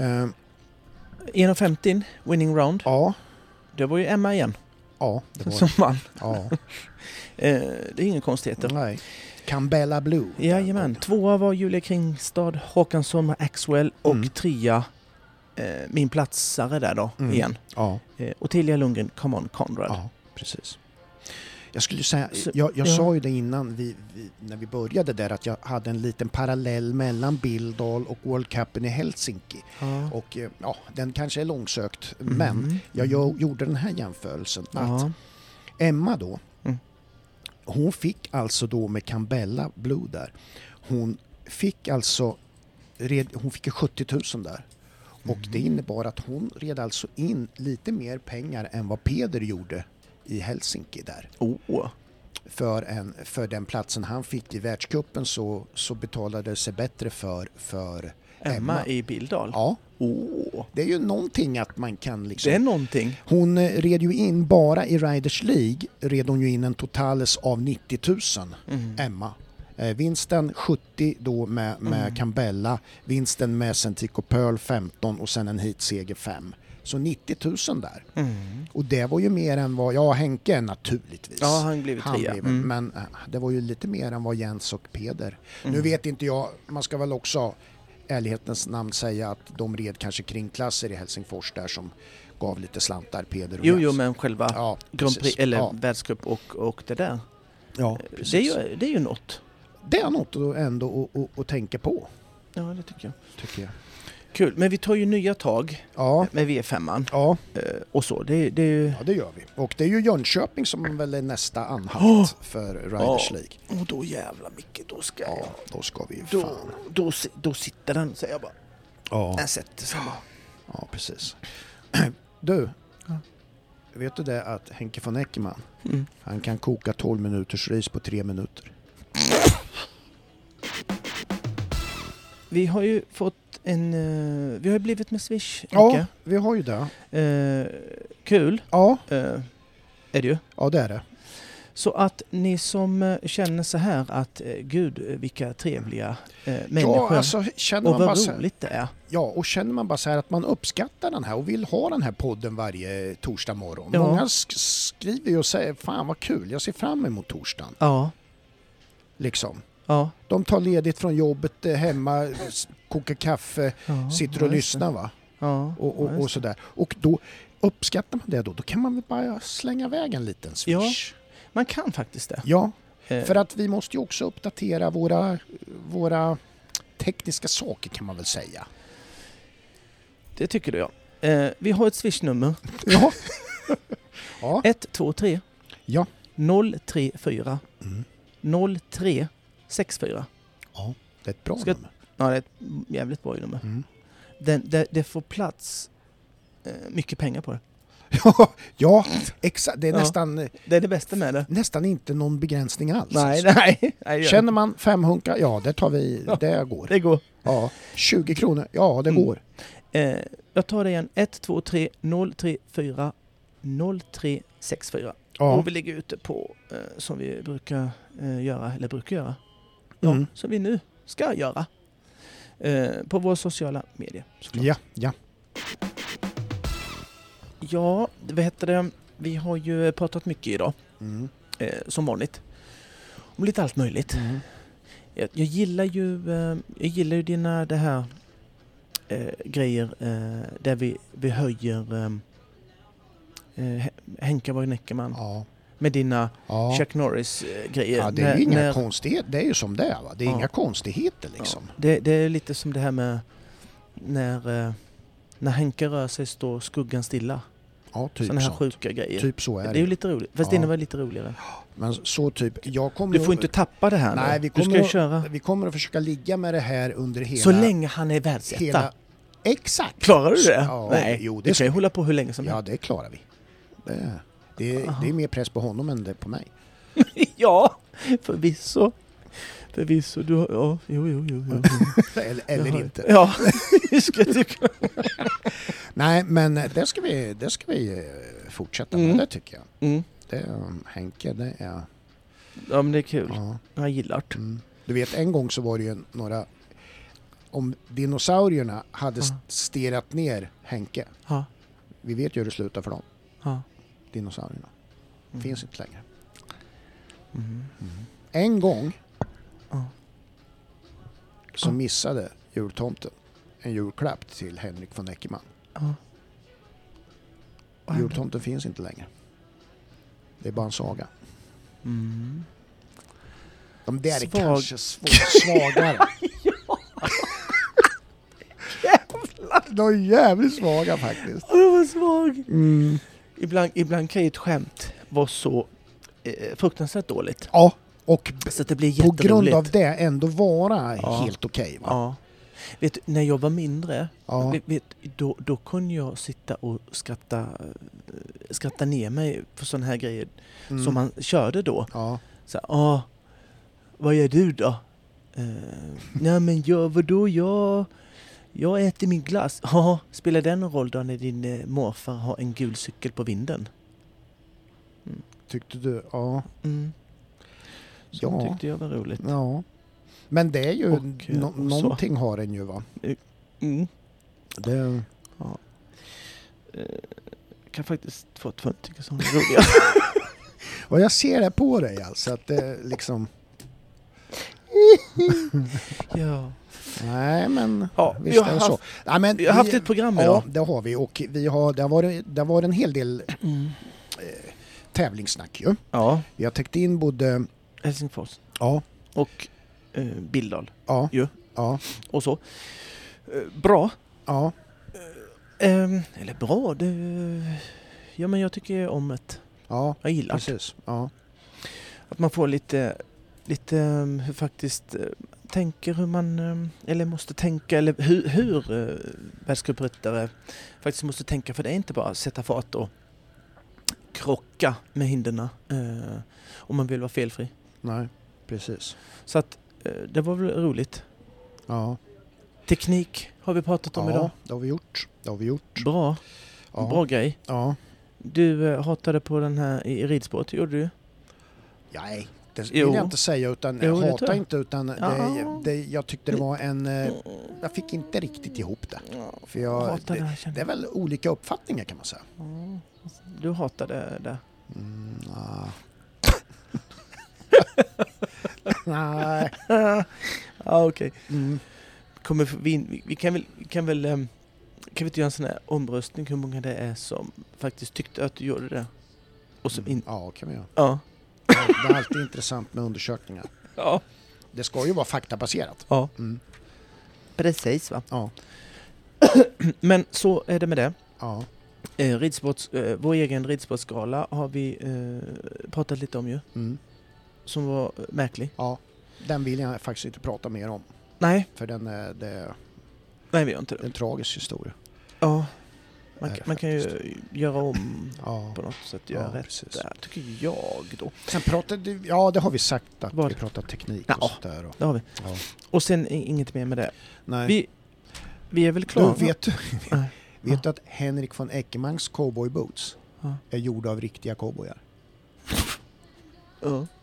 1.50 winning round. Ja. Det var ju Emma igen. Ja, det var som vann. Ja. Det är ingen konstigheter. Nej. Cambella Blue. Jajamän. 2 var Julia Kringstad, Håkansson med Axwell och 3 min platsare där då igen. Ja. Ottilia Lundgren, Come On Conrad. Ja, precis. Jag skulle säga, jag sa ju det innan när vi började där, att jag hade en liten parallell mellan Billdal och World Cupen i Helsinki. Och den kanske är långsökt, men jag gjorde den här jämförelsen att Emma då, hon fick alltså då med Cambella Blue där, hon fick 70 000 där. Och det innebar att hon red alltså in lite mer pengar än vad Peder gjorde i Helsinki där. För den platsen han fick i världscupen så betalade det sig bättre för Emma i Billdal. Ja. Det är ju någonting att man kan liksom... Det är någonting. Hon red ju in bara i Riders League, red hon ju in en totales av 90 000 Emma. Vinsten 70 då med Cambella, vinsten med Centico Pearl 15 och sen en heatseger 5. Så 90 000 där. Och det var ju mer än vad, Henke naturligtvis. Ja, han blev 3. Men det var ju lite mer än vad Jens och Peder. Nu vet inte jag, man ska väl också ärlighetens namn säga att de red kanske kringklasser i Helsingfors där som gav lite slantar, Peder och Jens. Jo, men själva Grand Prix, eller världscup och det där. Ja, det är ju något. Det är något ändå att tänka på. Ja, det tycker jag. Kul, men vi tar ju nya tag med V5. Ja. Och så. Det är ju... Ja, det gör vi. Och det är ju Jönköping som väl är nästa anhalt för Riders League. Och då jävla mycket, då ska jag... Då ska vi fan. Då sitter den, säger jag bara. Ja. Den sätter sig bara. Ja, precis. Du, vet du det att Henke von Eckermann, han kan koka 12 minuters ris på 3 minuter. Vi har ju fått vi har blivit med Swish. Ja, vi har ju det. Kul. Ja. Är det ju. Ja, det är det. Så att ni som känner så här att gud, vilka trevliga människor. Ja, alltså, känner och man vad bara roligt det är. Ja, och känner man bara så här att man uppskattar den här och vill ha den här podden varje torsdag morgon. Ja. Många skriver ju och säger, fan vad kul, jag ser fram emot torsdagen. Ja. Liksom. Ja. De tar ledigt från jobbet hemma, kokar kaffe, sitter och lyssnar va? Ja. Och sådär. Och då uppskattar man det då kan man väl bara slänga iväg en liten Swish. Ja, man kan faktiskt det. Ja, för att vi måste ju också uppdatera våra tekniska saker kan man väl säga. Det tycker du, ja. Vi har ett Swish-nummer. Ja. Ja. 123 Ja. 034 0364. Ja, det är ett bra nummer. Ja, det är ett jävligt bra nummer. Det får plats mycket pengar på det. Ja, exakt. Det är nästan... Det är det bästa med det. Nästan inte någon begränsning alls. Nej. Känner man 5 hunkar, ja det tar vi, det går. Det går. Ja, 20 kronor, ja det går. Jag tar det igen. 123 034 0364. Ja. Och vi ligger ute på, som vi brukar göra. Ja, som vi nu ska göra. På våra sociala medier. Såklart. Ja. Ja, vad heter det? Vi har ju pratat mycket idag. Som vanligt. Om lite allt möjligt. Jag gillar ju dina det här grejer där vi höjer Henke von Eckermann. Ja. Med dina Chuck Norris-grejer. Ja, det är ju inga konstigheter. Det är ju som det är, va? Det är inga konstigheter liksom. Ja. Det är lite som det här med när Henke rör sig står skuggan stilla. Ja, typ sådana här sjuka grejer. Typ så är det. Det är ju lite roligt. Fast det var lite roligare. Men så typ, du får inte tappa det här. Nej, vi kommer att försöka ligga med det här under hela... Så länge han är världsetta. Exakt. Klarar du det? Ja, nej, jo, det kan ju hålla på hur länge som helst. Ja, det klarar vi. Det är mer press på honom än det på mig. Ja, förvisso. Jo. eller inte. Ja, det ska jag tycka. Nej, men det ska vi fortsätta med, det tycker jag. Det Henke, det är... Ja, men det är kul. Ja. Jag gillar det. Du vet, en gång så var det ju några... Om dinosaurierna hade stirrat ner Henke. Ja. Vi vet ju hur det slutar för dem. Ja. Dinosaurierna. Finns inte längre. En gång så missade jultomten en julklapp till Henrik von Eckermann. Jultomten finns inte längre. Det är bara en saga. De där är kanske svagare. De är jävligt svaga faktiskt. De var svag. Ibland kan ju ett skämt vara så fruktansvärt dåligt. Ja, och så att det blir på grund av det ändå vara helt okej, va? Ja. Vet du, när jag var mindre, då kunde jag sitta och skratta ner mig för såna här grejer som man körde då. Ja. Så, vad gör du då? Nej men vadå? Jag äter min glass. Spelar den en roll då när din morfar har en gul cykel på vinden? Tyckte du? Ja. Så tyckte jag var roligt. Ja. Men det är ju någonting har den ju, va? Det. kan faktiskt få två tycker som är roliga. Och jag ser det på dig alltså att det liksom... Ja. Nej men visst är det så. Nej, men vi har haft ett program idag. Ja, det har vi och det har varit en hel del tävlingssnack ju. Ja. Vi har täckt in både Helsingfors. Ja. Och Billdal. Ja. Ju. Ja. Och så. Bra. Ja. Eller bra, ja men jag tycker om det. Ja, jag gillar precis. Ja. Att man får lite hur faktiskt tänker hur man eller måste tänka eller hur världscupryttare faktiskt måste tänka, för det är inte bara att sätta fart och krocka med hindren om man vill vara felfri. Nej, precis. Så att det var väl roligt. Ja. Teknik har vi pratat om idag. Ja, det har vi gjort. Bra. Ja. Bra grej. Ja. Du hatade på den här i ridsport, gjorde du? Nej, det vill jag inte säga, utan jag hatar inte, utan jag tyckte det var jag fick inte riktigt ihop det. För det är väl olika uppfattningar kan man säga. Du hatade det? Nej. Okej. Vi kan väl kan vi inte göra en sån här omröstning hur många det är som faktiskt tyckte att du gjorde det? Och som ja, kan vi göra. Ja. Det är alltid intressant med undersökningar. Ja. Det ska ju vara faktabaserat. Ja. Precis va? Ja. Men så är det med det. Ja. Vår egen ridsportsgala har vi pratat lite om ju. Som var märklig. Ja. Den vill jag faktiskt inte prata mer om. Nej. För nej, vi gör inte det. En tragisk historia. Ja. Man kan ju göra om på något sätt. Göra rätt precis. Där, tycker jag då. Sen pratade det har vi sagt att vi pratar teknik och sånt där. Det har vi. Ja. Och sen inget mer med det. Nej. Vi är väl klara. Vet du att Henrik von Eckermangs cowboy boots är gjorda av riktiga cowboyar? Ja.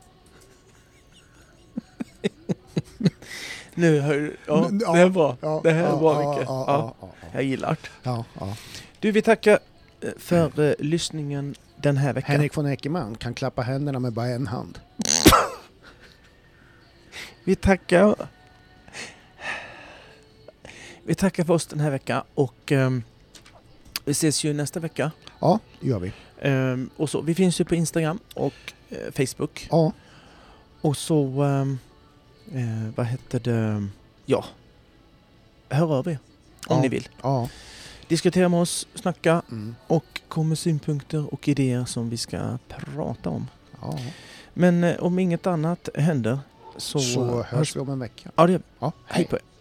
Nu hör det är bra. Det här är bra mycket. Jag gillar det. Du, vi tackar för lyssningen den här veckan. Henrik von Eckermann kan klappa händerna med bara en hand. Vi tackar för oss den här veckan och vi ses ju nästa vecka. Ja, det gör vi. Och så, vi finns ju på Instagram och Facebook. Ja. Och så vad heter det? Ja. Hör av er om ni vill. Ja. Diskutera med oss, snacka och kom med synpunkter och idéer som vi ska prata om. Ja. Men om inget annat händer så hörs vi om en vecka. Ja, det gör vi. Ja. Hej på er.